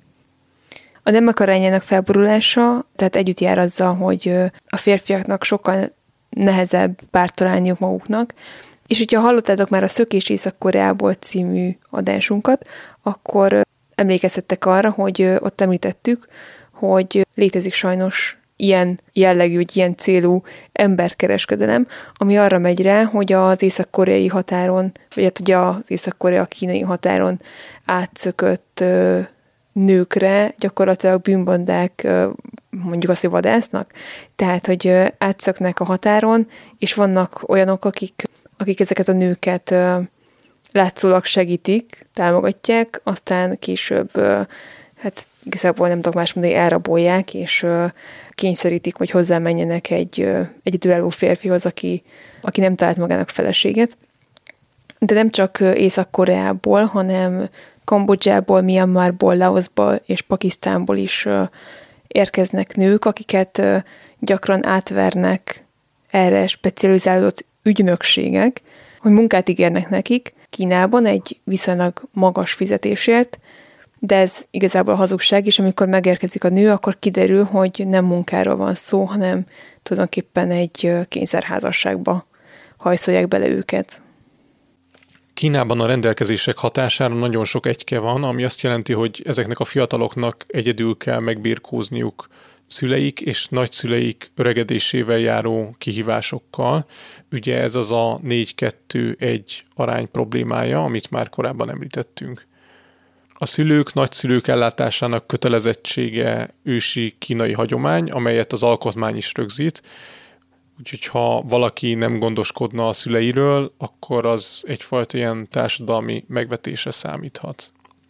A nemek arányának felborulása, tehát együtt jár azzal, hogy uh, a férfiaknak sokkal nehezebb párt találniuk maguknak, és hogyha hallottátok már a Szökés Észak-Koreából című adásunkat, akkor uh, emlékeztettek arra, hogy uh, ott említettük, hogy létezik sajnos ilyen jellegű, ilyen célú emberkereskedelem, ami arra megy rá, hogy az észak-koreai határon, vagy hát ugye az észak-korea-kínai határon átszökött ö, nőkre gyakorlatilag bűnbandák ö, mondjuk azt, hogy vadásznak. Tehát, hogy ö, átszöknek a határon, és vannak olyanok, akik, akik ezeket a nőket ö, látszólag segítik, támogatják, aztán később ö, hát igazából nem tudok más mondani, elrabolják, és ö, kényszerítik, hogy hozzámenjenek egy ö, egyedülálló férfihoz, aki, aki nem talált magának feleséget. De nem csak ö, Észak-Koreából, hanem Kambodzsából, Myanmarból, Laoszból és Pakisztánból is ö, érkeznek nők, akiket ö, gyakran átvernek erre specializálódott ügynökségek, hogy munkát ígérnek nekik Kínában egy viszonylag magas fizetésért, de ez igazából hazugság, és amikor megérkezik a nő, akkor kiderül, hogy nem munkáról van szó, hanem tulajdonképpen egy kényszerházasságba hajszolják bele őket. Kínában a rendelkezések hatására nagyon sok egyke van, ami azt jelenti, hogy ezeknek a fiataloknak egyedül kell megbirkózniuk szüleik és nagyszüleik öregedésével járó kihívásokkal. Ugye ez az a négy kettő egy arány problémája, amit már korábban említettünk. A szülők, nagyszülők ellátásának kötelezettsége ősi kínai hagyomány, amelyet az alkotmány is rögzít. Úgyhogy ha valaki nem gondoskodna a szüleiről, akkor az egyfajta ilyen társadalmi megvetésre számíthat.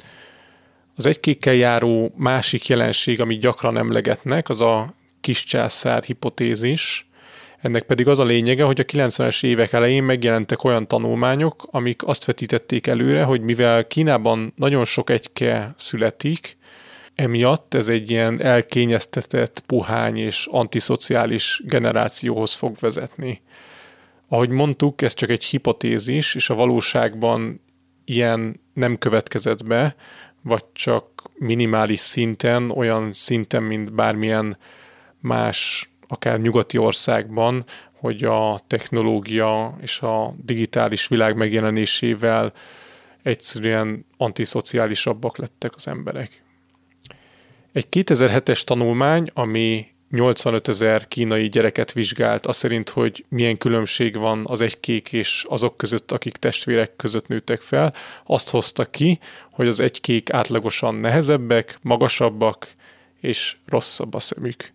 Az egykékkel járó másik jelenség, amit gyakran emlegetnek, az a kiscsászár hipotézis. Ennek pedig az a lényege, hogy a kilencvenes évek elején megjelentek olyan tanulmányok, amik azt vetítették előre, hogy mivel Kínában nagyon sok egyke születik, emiatt ez egy ilyen elkényeztetett, puhány és antiszociális generációhoz fog vezetni. Ahogy mondtuk, ez csak egy hipotézis, és a valóságban ilyen nem következett be, vagy csak minimális szinten, olyan szinten, mint bármilyen más, akár nyugati országban, hogy a technológia és a digitális világ megjelenésével egyszerűen antiszociálisabbak lettek az emberek. Egy kétezer-hetes tanulmány, ami nyolcvanöt ezer kínai gyereket vizsgált, az szerint, hogy milyen különbség van az egykék és azok között, akik testvérek között nőttek fel, azt hozta ki, hogy az egykék átlagosan nehezebbek, magasabbak és rosszabb a szemük.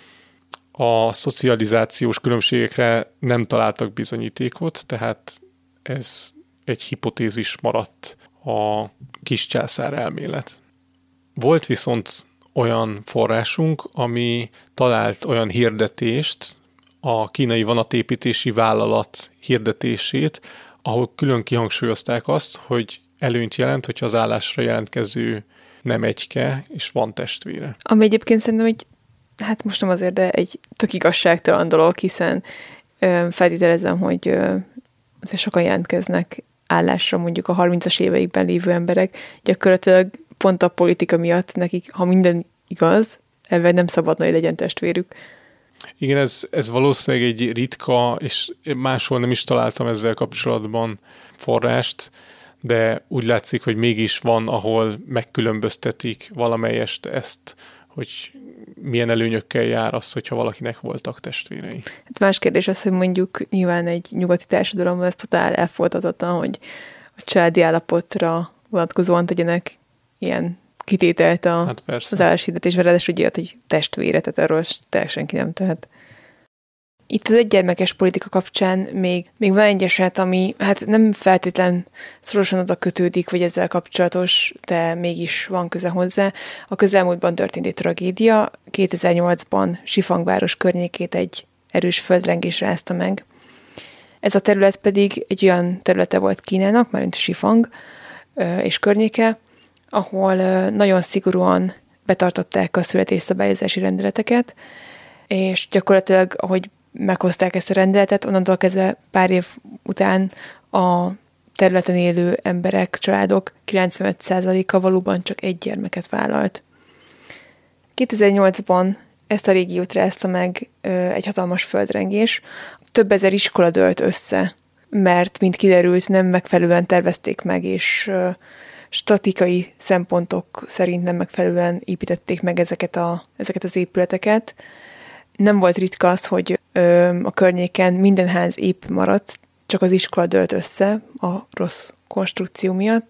A szocializációs különbségekre nem találtak bizonyítékot, tehát ez egy hipotézis maradt a kiscsászár elmélet. Volt viszont olyan forrásunk, ami talált olyan hirdetést, a kínai vonatépítési vállalat hirdetését, ahol külön kihangsúlyozták azt, hogy előnyt jelent, hogyha az állásra jelentkező nem egyke, és van testvére. Ami egyébként szerintem egy, hát most nem azért, de egy tök igazságtalan dolog, hiszen ö, feltételezem, hogy ö, azért sokan jelentkeznek állásra mondjuk a harmincas éveikben lévő emberek, gyakorlatilag pont a politika miatt nekik, ha minden igaz, ebben nem szabadna, hogy legyen testvérük. Igen, ez, ez valószínűleg egy ritka, és máshol nem is találtam ezzel kapcsolatban forrást, de úgy látszik, hogy mégis van, ahol megkülönböztetik valamelyest ezt, hogy milyen előnyökkel jár az, hogyha valakinek voltak testvérei. Hát más kérdés az, hogy mondjuk nyilván egy nyugati társadalomban ez totál elfogadhatatlan, hogy a családi állapotra vonatkozóan tegyenek ilyen kitételt a, hát az álláshirdetésben, ráadásul úgy jött, hogy testvére, tehát erről tényleg senki nem tehet. Itt az egygyermekes politika kapcsán még, még van egy eset, ami hát nem feltétlen szorosan oda kötődik, vagy ezzel kapcsolatos, de mégis van köze hozzá. A közelmúltban történt egy tragédia. kétezer-nyolcban Sifangváros környékét egy erős földrengés rázta meg. Ez a terület pedig egy olyan területe volt Kínának, mármint Sifang és környéke, ahol nagyon szigorúan betartották a születésszabályozási rendeleteket, és gyakorlatilag, ahogy meghozták ezt a rendeletet, onnantól kezdve pár év után a területen élő emberek, családok kilencvenöt százaléka valóban csak egy gyermeket vállalt. kétezer-nyolcban ezt a régiót rázta meg egy hatalmas földrengés. Több ezer iskola dőlt össze, mert, mint kiderült, nem megfelelően tervezték meg, és statikai szempontok szerint nem megfelelően építették meg ezeket, a, ezeket az épületeket. Nem volt ritka az, hogy ö, a környéken minden ház épp maradt, csak az iskola dőlt össze a rossz konstrukció miatt,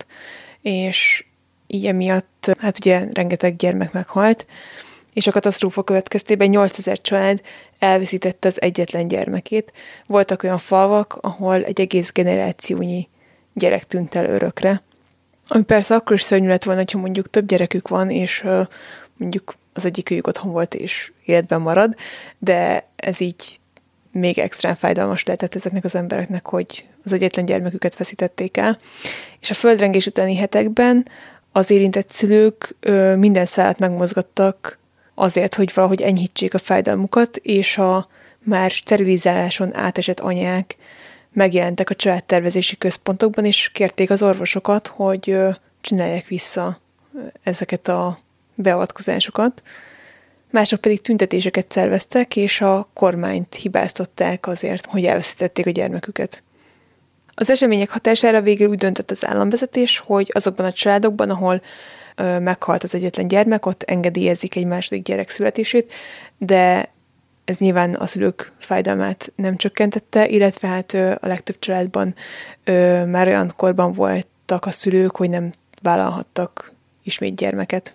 és így emiatt, hát ugye rengeteg gyermek meghalt, és a katasztrófa következtében nyolcezer család elveszítette az egyetlen gyermekét. Voltak olyan falvak, ahol egy egész generációnyi gyerek tűnt el örökre. Ami persze akkor is szörnyű lett volna, hogyha mondjuk több gyerekük van, és ö, mondjuk az egyikőjük otthon volt és életben marad, de ez így még extrán fájdalmas lehetett ezeknek az embereknek, hogy az egyetlen gyermeküket veszítették el. És a földrengés utáni hetekben az érintett szülők ö, minden szállat megmozgattak azért, hogy valahogy enyhítsék a fájdalmukat, és a már sterilizáláson átesett anyák megjelentek a családtervezési központokban, és kérték az orvosokat, hogy ö, csinálják vissza ezeket a beavatkozásokat. Mások pedig tüntetéseket szerveztek, és a kormányt hibáztatták azért, hogy elveszítették a gyermeküket. Az események hatására végül úgy döntött az államvezetés, hogy azokban a családokban, ahol ö, meghalt az egyetlen gyermek, ott engedélyezik egy második gyerek születését, de ez nyilván a szülők fájdalmát nem csökkentette, illetve hát ö, a legtöbb családban ö, már olyan korban voltak a szülők, hogy nem vállalhattak ismét gyermeket.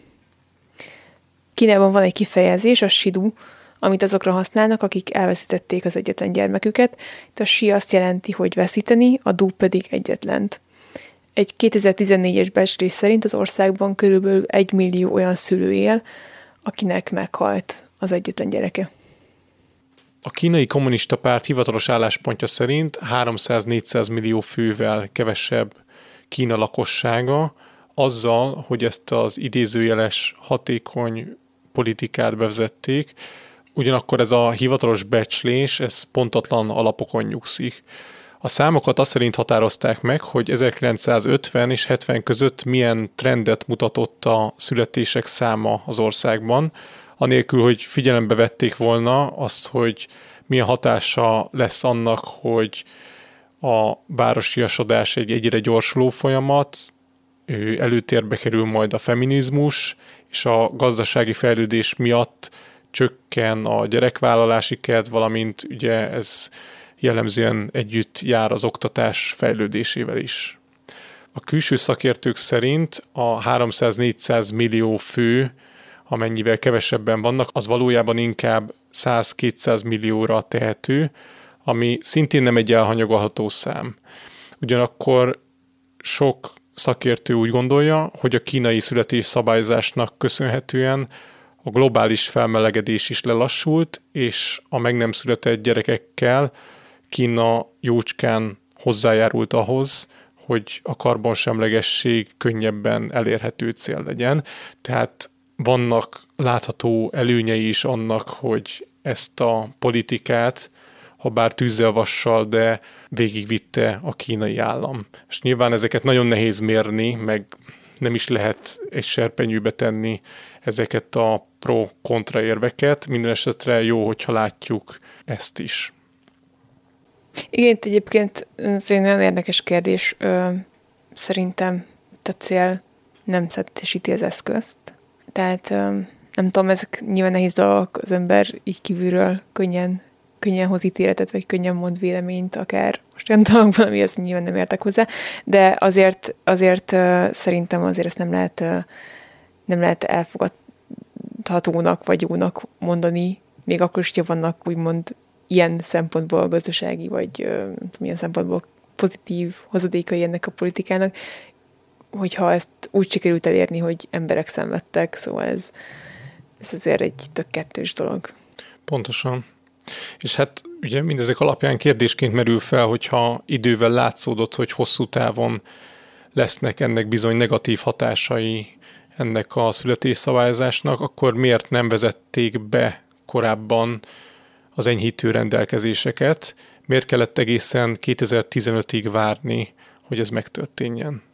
Kínában van egy kifejezés, a sidu, amit azokra használnak, akik elveszítették az egyetlen gyermeküket. Itt a si azt jelenti, hogy veszíteni, a du pedig egyetlent. Egy kétezer-tizennégyes becslés szerint az országban körülbelül egy millió olyan szülő él, akinek meghalt az egyetlen gyereke. A kínai kommunista párt hivatalos álláspontja szerint háromszáz-négyszáz millió fővel kevesebb Kína lakossága, azzal, hogy ezt az idézőjeles hatékony politikát bevezették, ugyanakkor ez a hivatalos becslés, ez pontatlan alapokon nyugszik. A számokat azt szerint határozták meg, hogy ezerkilencszázötven és hetven között milyen trendet mutatott a születések száma az országban, anélkül, hogy figyelembe vették volna azt, hogy milyen hatása lesz annak, hogy a városiasodás egy egyre gyorsuló folyamat, előtérbe kerül majd a feminizmus, és a gazdasági fejlődés miatt csökken a gyerekvállalási kedv, valamint ugye ez jellemzően együtt jár az oktatás fejlődésével is. A külső szakértők szerint a háromszáz-négyszáz millió fő, amennyivel kevesebben vannak, az valójában inkább száz-kétszáz millióra tehető, ami szintén nem egy elhanyagolható szám. Ugyanakkor sok szakértő úgy gondolja, hogy a kínai születésszabályozásnak köszönhetően a globális felmelegedés is lelassult, és a meg nem született gyerekekkel Kína jócskán hozzájárult ahhoz, hogy a karbonsemlegesség könnyebben elérhető cél legyen. Tehát vannak látható előnyei is annak, hogy ezt a politikát, ha bár tűzzel vassal, de végigvitte a kínai állam. És nyilván ezeket nagyon nehéz mérni, meg nem is lehet egy serpenyőbe tenni ezeket a pro-kontra érveket. Minden esetre jó, hogyha látjuk ezt is. Igen, egyébként ez egy nagyon érdekes kérdés. Szerintem a cél nem szettesíti az eszközt. Tehát nem tudom, ezek nyilván nehéz dolgok, az ember így kívülről könnyen, könnyen hoz ítéletet, vagy könnyen mond véleményt, akár most olyan dolgokban, amihez nyilván nem értek hozzá, de azért, azért szerintem azért ezt nem lehet, nem lehet elfogadhatónak, vagy jónak mondani, még akkor is, hogyha vannak úgymond ilyen szempontból gazdasági, vagy nem tudom, milyen szempontból pozitív hozadékai ennek a politikának, hogyha ezt úgy sikerült elérni, hogy emberek szenvedtek, szóval ez, ez azért egy tök kettős dolog. Pontosan. És hát ugye mindezek alapján kérdésként merül fel, hogyha idővel látszódott, hogy hosszú távon lesznek ennek bizony negatív hatásai ennek a születésszabályozásnak, akkor miért nem vezették be korábban az enyhítő rendelkezéseket? Miért kellett egészen kétezer-tizenötig várni, hogy ez megtörténjen?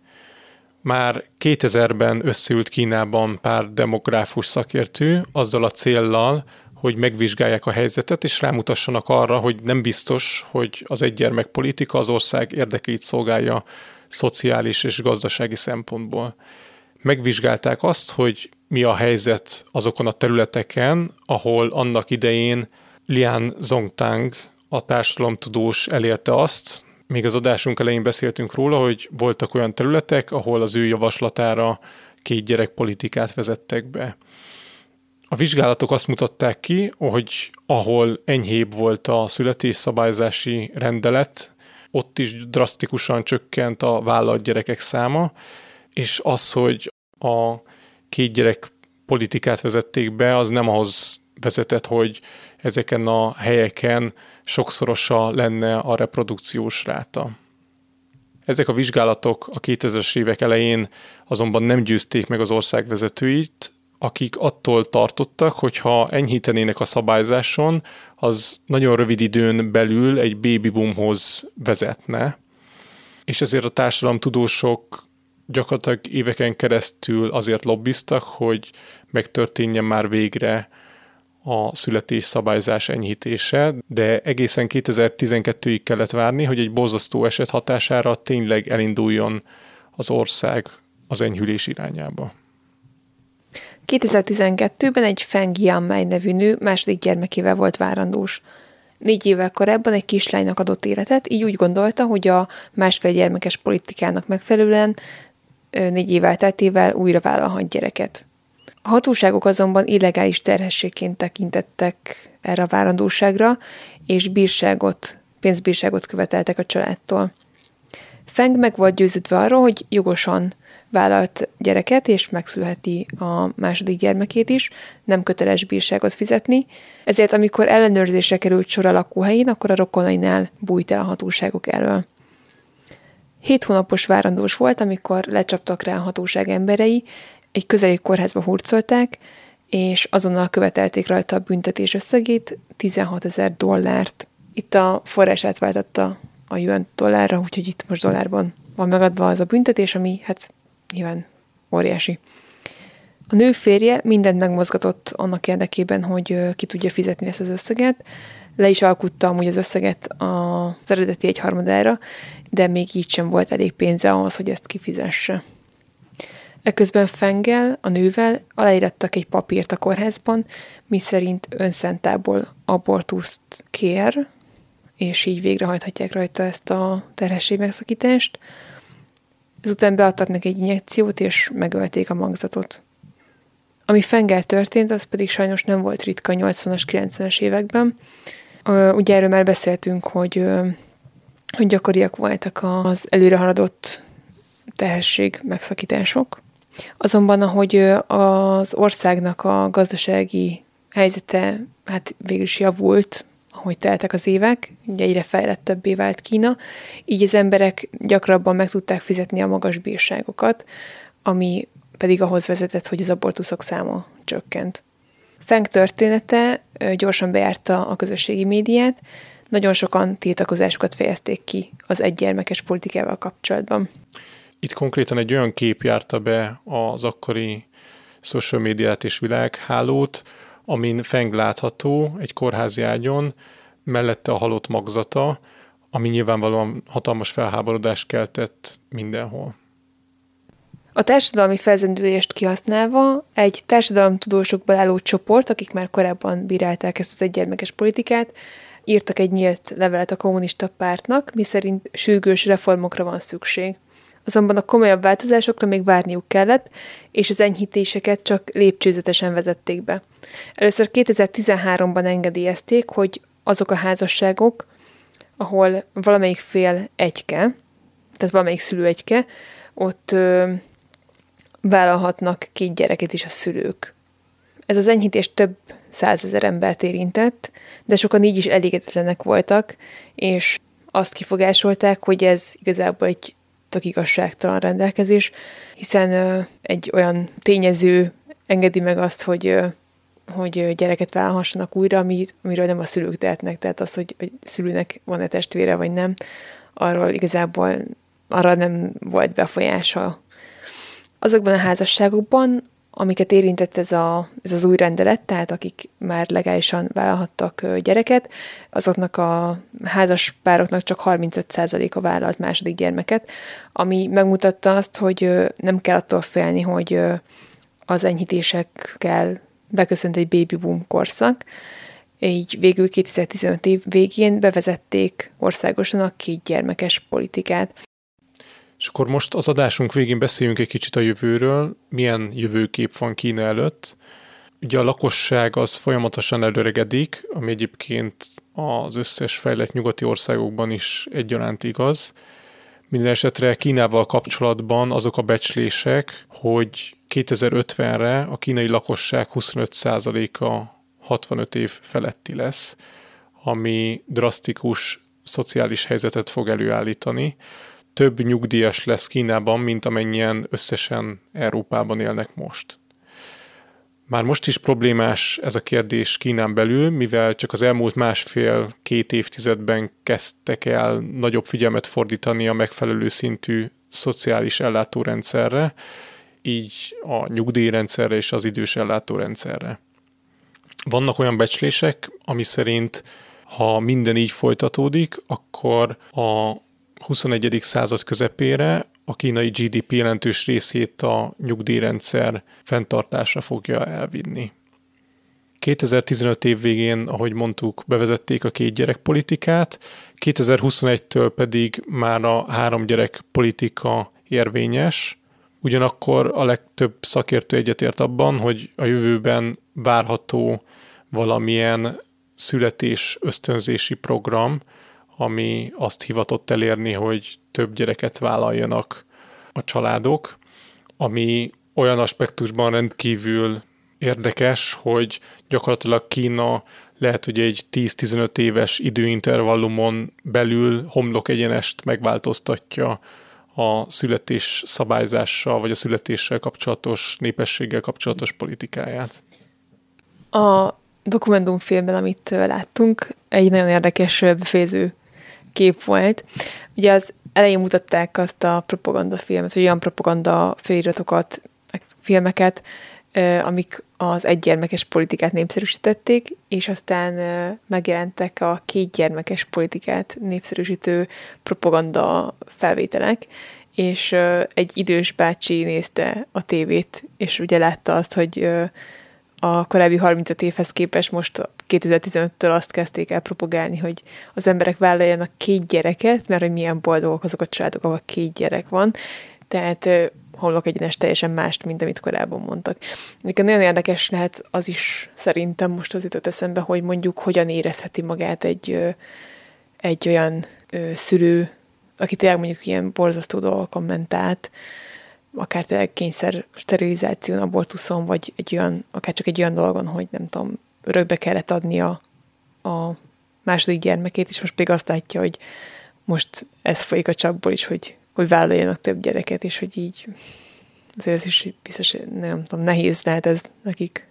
Már kétezerben összeült Kínában pár demográfus szakértő azzal a céllal, hogy megvizsgálják a helyzetet, és rámutassanak arra, hogy nem biztos, hogy az egygyermek politika az ország érdekeit szolgálja szociális és gazdasági szempontból. Megvizsgálták azt, hogy mi a helyzet azokon a területeken, ahol annak idején Lian Zongtang, a társadalomtudós elérte azt, még az adásunk elején beszéltünk róla, hogy voltak olyan területek, ahol az ő javaslatára két gyerek politikát vezettek be. A vizsgálatok azt mutatták ki, hogy ahol enyhébb volt a születésszabályozási rendelet, ott is drasztikusan csökkent a vállalt gyerekek száma, és az, hogy a két gyerek politikát vezették be, az nem ahhoz vezetett, hogy ezeken a helyeken sokszorosa lenne a reprodukciós ráta. Ezek a vizsgálatok a kétezres évek elején azonban nem győzték meg az ország vezetőit, akik attól tartottak, hogy ha enyhítenének a szabályzáson, az nagyon rövid időn belül egy baby boomhoz vezetne, és ezért a társadalomtudósok gyakorlatilag éveken keresztül azért lobbiztak, hogy megtörténjen már végre a születésszabályzás enyhítése, de egészen kétezer-tizenkettőig kellett várni, hogy egy borzasztó eset hatására tényleg elinduljon az ország az enyhülés irányába. kétezer-tizenkettőben egy Feng Yanmei nevű nő második gyermekével volt várandós. Négy évvel korábban egy kislánynak adott életet, így úgy gondolta, hogy a másfél gyermekes politikának megfelelően négy év elteltével újra vállalhat gyereket. A hatóságok azonban illegális terhességként tekintettek erre a várandóságra, és bírságot, pénzbírságot követeltek a családtól. Feng meg volt győződve arról, hogy jogosan vállalt gyereket, és megszülheti a második gyermekét is, nem köteles bírságot fizetni, ezért amikor ellenőrzésre került sor a lakóhelyén, akkor a rokonainál bújt el a hatóságok elől. Hét hónapos várandós volt, amikor lecsaptak rá a hatóság emberei, egy közeli kórházba hurcolták, és azonnal követelték rajta a büntetés összegét, tizenhatezer dollárt. Itt a forrás átváltatta a yuan dollárra, úgyhogy itt most dollárban van megadva az a büntetés, ami hát nyilván óriási. A nő férje mindent megmozgatott annak érdekében, hogy ki tudja fizetni ezt az összeget. Le is alkutta amúgy az összeget az eredeti egyharmadára, de még így sem volt elég pénze ahhoz, hogy ezt kifizesse. Eközben Fenggel, a nővel aláírattak egy papírt a kórházban, miszerint önszántából abortuszt kér, és így végrehajthatják rajta ezt a terhesség megszakítást. Ezután beadtak neki egy injekciót, és megölték a magzatot. Ami Fenggel történt, az pedig sajnos nem volt ritka a nyolcvanas, kilencvenes években. Ugye erről már beszéltünk, hogy, hogy gyakoriak voltak az előrehaladott terhesség megszakítások. Azonban, ahogy az országnak a gazdasági helyzete hát végül is javult, ahogy teltek az évek, ugye egyre fejlettebbé vált Kína, így az emberek gyakrabban meg tudták fizetni a magas bírságokat, ami pedig ahhoz vezetett, hogy az abortuszok száma csökkent. Feng története gyorsan bejárta a közösségi médiát, nagyon sokan tiltakozásukat fejezték ki az egygyermekes politikával kapcsolatban. Itt konkrétan egy olyan kép járta be az akkori social médiát és világhálót, amin Feng látható egy kórházi ágyon, mellette a halott magzata, ami nyilvánvalóan hatalmas felháborodást keltett mindenhol. A társadalmi felzendülést kihasználva egy társadalomtudósokból álló csoport, akik már korábban bírálták ezt az egygyermekes politikát, írtak egy nyílt levelet a kommunista pártnak, miszerint sürgős reformokra van szükség. Azonban a komolyabb változásokra még várniuk kellett, és az enyhítéseket csak lépcsőzetesen vezették be. Először kétezer-tizenháromban engedélyezték, hogy azok a házasságok, ahol valamelyik fél egyke, tehát valamelyik szülő egyke, ott ö, vállalhatnak két gyereket is a szülők. Ez az enyhítés több százezer embert érintett, de sokan így is elégedetlenek voltak, és azt kifogásolták, hogy ez igazából egy tök igazságtalan rendelkezés, hiszen ö, egy olyan tényező engedi meg azt, hogy, ö, hogy gyereket vállalhassanak újra, amit, amiről nem a szülők tehetnek, tehát az, hogy a szülőnek van-e testvére vagy nem, arról igazából arra nem volt befolyása. Azokban a házasságokban, amiket érintett ez, a, ez az új rendelet, tehát akik már legálisan vállalhattak gyereket, azoknak a házas pároknak csak harmincöt százaléka vállalt második gyermeket, ami megmutatta azt, hogy nem kell attól félni, hogy az enyhítésekkel beköszönt egy baby boom korszak. Így végül kétezer-tizenöt év végén bevezették országosan a két gyermekes politikát. És akkor most az adásunk végén beszéljünk egy kicsit a jövőről, milyen jövőkép van Kína előtt. Ugye a lakosság az folyamatosan előregedik, ami egyébként az összes fejlett nyugati országokban is egyaránt igaz. Minden esetre Kínával kapcsolatban azok a becslések, hogy kétezer-ötvenre a kínai lakosság huszonöt százaléka hatvanöt év feletti lesz, ami drasztikus szociális helyzetet fog előállítani. Több nyugdíjas lesz Kínában, mint amennyien összesen Európában élnek most. Már most is problémás ez a kérdés Kínán belül, mivel csak az elmúlt másfél-két évtizedben kezdtek el nagyobb figyelmet fordítani a megfelelő szintű szociális ellátórendszerre, így a nyugdíjrendszerre és az idős ellátórendszerre. Vannak olyan becslések, ami szerint, ha minden így folytatódik, akkor a huszonegyedik század közepére a kínai gé dé pé jelentős részét a nyugdíjrendszer fenntartása fogja elvinni. kétezer-tizenöt év végén, ahogy mondtuk, bevezették a két gyerek politikát, kétezer-huszonegytől pedig már a három gyerek politika érvényes. Ugyanakkor a legtöbb szakértő egyetért abban, hogy a jövőben várható valamilyen születés ösztönzési program, ami azt hivatott elérni, hogy több gyereket vállaljanak a családok, ami olyan aspektusban rendkívül érdekes, hogy gyakorlatilag Kína lehet, hogy egy tíz-tizenöt éves időintervallumon belül homlok egyenest megváltoztatja a születés szabályzással, vagy a születéssel kapcsolatos, népességgel kapcsolatos politikáját. A dokumentumfilmben, amit láttunk, egy nagyon érdekes befejező kép volt. Ugye az elején mutatták azt a propagandafilmet, vagy olyan propaganda feliratokat, filmeket, amik az egygyermekes politikát népszerűsítették, és aztán megjelentek a kétgyermekes politikát népszerűsítő propaganda felvételek, és egy idős bácsi nézte a tévét, és ugye látta azt, hogy a korábbi harmincöt évhez képest most kétezer-tizenöttől azt kezdték el propagálni, hogy az emberek vállaljanak két gyereket, mert hogy milyen boldogok azok a családok, ahol két gyerek van. Tehát homlok egyenes teljesen mást, mint amit korábban mondtak. Nekem nagyon érdekes lehet az is szerintem most az jutott eszembe, hogy mondjuk hogyan érezheti magát egy, egy olyan szülő, aki tényleg mondjuk ilyen borzasztó dolgokon ment át, akár tényleg kényszer sterilizáción, abortuszon, vagy egy olyan, akár csak egy olyan dolgon, hogy nem tudom, örökbe kellett adni a, a második gyermekét, és most még azt látja, hogy most ez folyik a csapból is, hogy, hogy vállaljanak több gyereket, és hogy így azért ez is biztos, nem tudom, nehéz lehet ez nekik.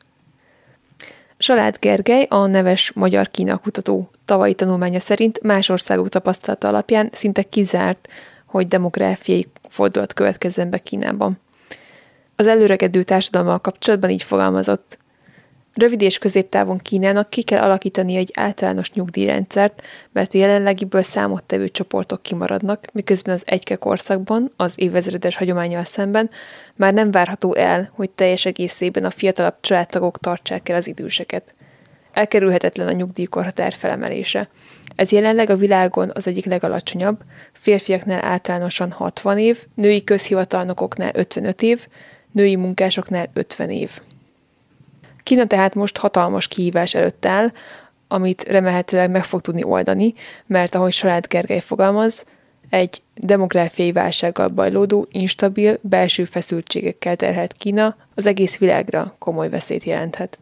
Salád Gergely, a neves magyar-Kína kutató tavalyi tanulmánya szerint más országok tapasztalata alapján szinte kizárt, hogy demográfiai fordulat következzen be Kínában. Az előregedő társadalommal kapcsolatban így fogalmazott: rövid és középtávon Kínának ki kell alakítani egy általános nyugdíjrendszert, mert a jelenlegiből számottevő csoportok kimaradnak, miközben az egyke korszakban, az évezredes hagyománnyal szemben már nem várható el, hogy teljes egészében a fiatalabb családtagok tartsák el az időseket. Elkerülhetetlen a nyugdíjkorhatár felemelése. Ez jelenleg a világon az egyik legalacsonyabb, férfiaknál általánosan hatvan év, női közhivatalnokoknál ötvenöt év, női munkásoknál ötven év. Kína tehát most hatalmas kihívás előtt áll, amit remélhetőleg meg fog tudni oldani, mert ahogy Salád Gergely fogalmaz, egy demográfiai válsággal bajlódó, instabil, belső feszültségekkel terhelt Kína az egész világra komoly veszélyt jelenthet.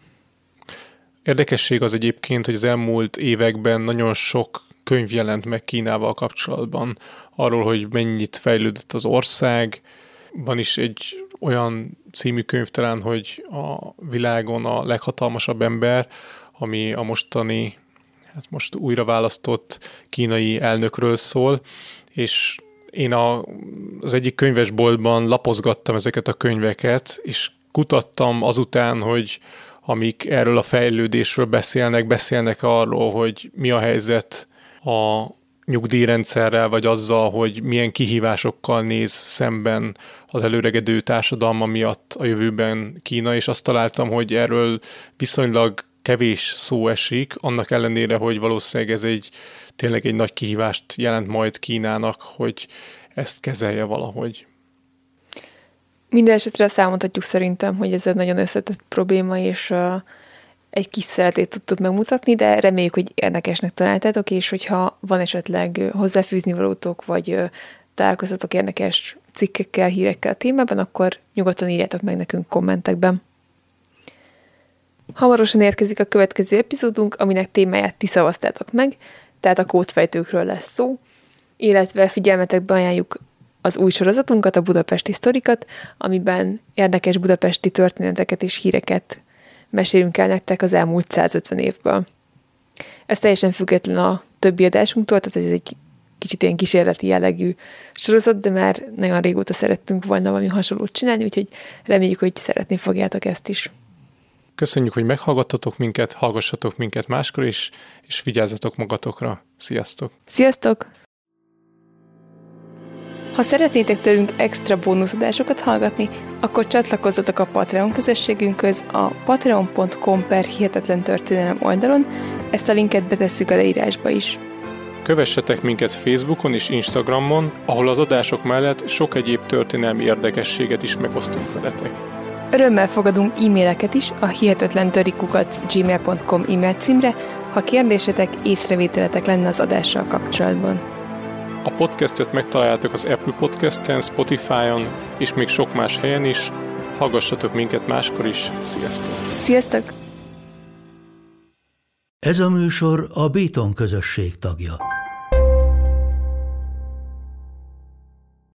Érdekesség az egyébként, hogy az elmúlt években nagyon sok könyv jelent meg Kínával kapcsolatban, arról, hogy mennyit fejlődött az ország. Van is egy olyan című könyv talán, hogy a világon a leghatalmasabb ember, ami a mostani, hát most újra választott kínai elnökről szól, és én a, az egyik könyvesboltban lapozgattam ezeket a könyveket, és kutattam azután, hogy amik erről a fejlődésről beszélnek, beszélnek arról, hogy mi a helyzet a nyugdíjrendszerrel, vagy azzal, hogy milyen kihívásokkal néz szemben az előregedő társadalma miatt a jövőben Kína, és azt találtam, hogy erről viszonylag kevés szó esik, annak ellenére, hogy valószínűleg ez egy tényleg egy nagy kihívást jelent majd Kínának, hogy ezt kezelje valahogy. Minden esetre azt elmondhatjuk szerintem, hogy ez egy nagyon összetett probléma, és uh, egy kis szeretét tudtuk megmutatni, de reméljük, hogy érdekesnek találtátok, és hogyha van esetleg hozzáfűzni valótok, vagy uh, találkozatok érdekes cikkekkel, hírekkel a témában, akkor nyugodtan írjátok meg nekünk kommentekben. Hamarosan érkezik a következő epizódunk, aminek témáját ti szavaztátok meg, tehát a kódfejtőkről lesz szó, illetve figyelmetekbe ajánljuk az új sorozatunkat, a Budapesti Sztorikat, amiben érdekes budapesti történeteket és híreket mesélünk el nektek az elmúlt százötven évből. Ez teljesen független a többi adásunktól, tehát ez egy kicsit ilyen kísérleti jellegű sorozat, de már nagyon régóta szerettünk volna valami hasonlót csinálni, úgyhogy reméljük, hogy szeretni fogjátok ezt is. Köszönjük, hogy meghallgattatok minket, hallgassatok minket máskor is, és vigyázzatok magatokra. Sziasztok! Sziasztok! Ha szeretnétek tőlünk extra bónuszadásokat hallgatni, akkor csatlakozzatok a Patreon közösségünkhöz a patreon pont com per hihetetlen történelem oldalon, ezt a linket betesszük a leírásba is. Kövessetek minket Facebookon és Instagramon, ahol az adások mellett sok egyéb történelmi érdekességet is megosztunk veletek. Örömmel fogadunk e-maileket is a hihetetlentörikukac gmail pont com e-mail címre, ha kérdésetek, észrevételetek lenne az adással kapcsolatban. A podcastet megtaláljátok az Apple Podcast-en, Spotify-on és még sok más helyen is. Hallgassatok minket máskor is. Sziasztok! Sziasztok! Ez a műsor a Béton közösség tagja.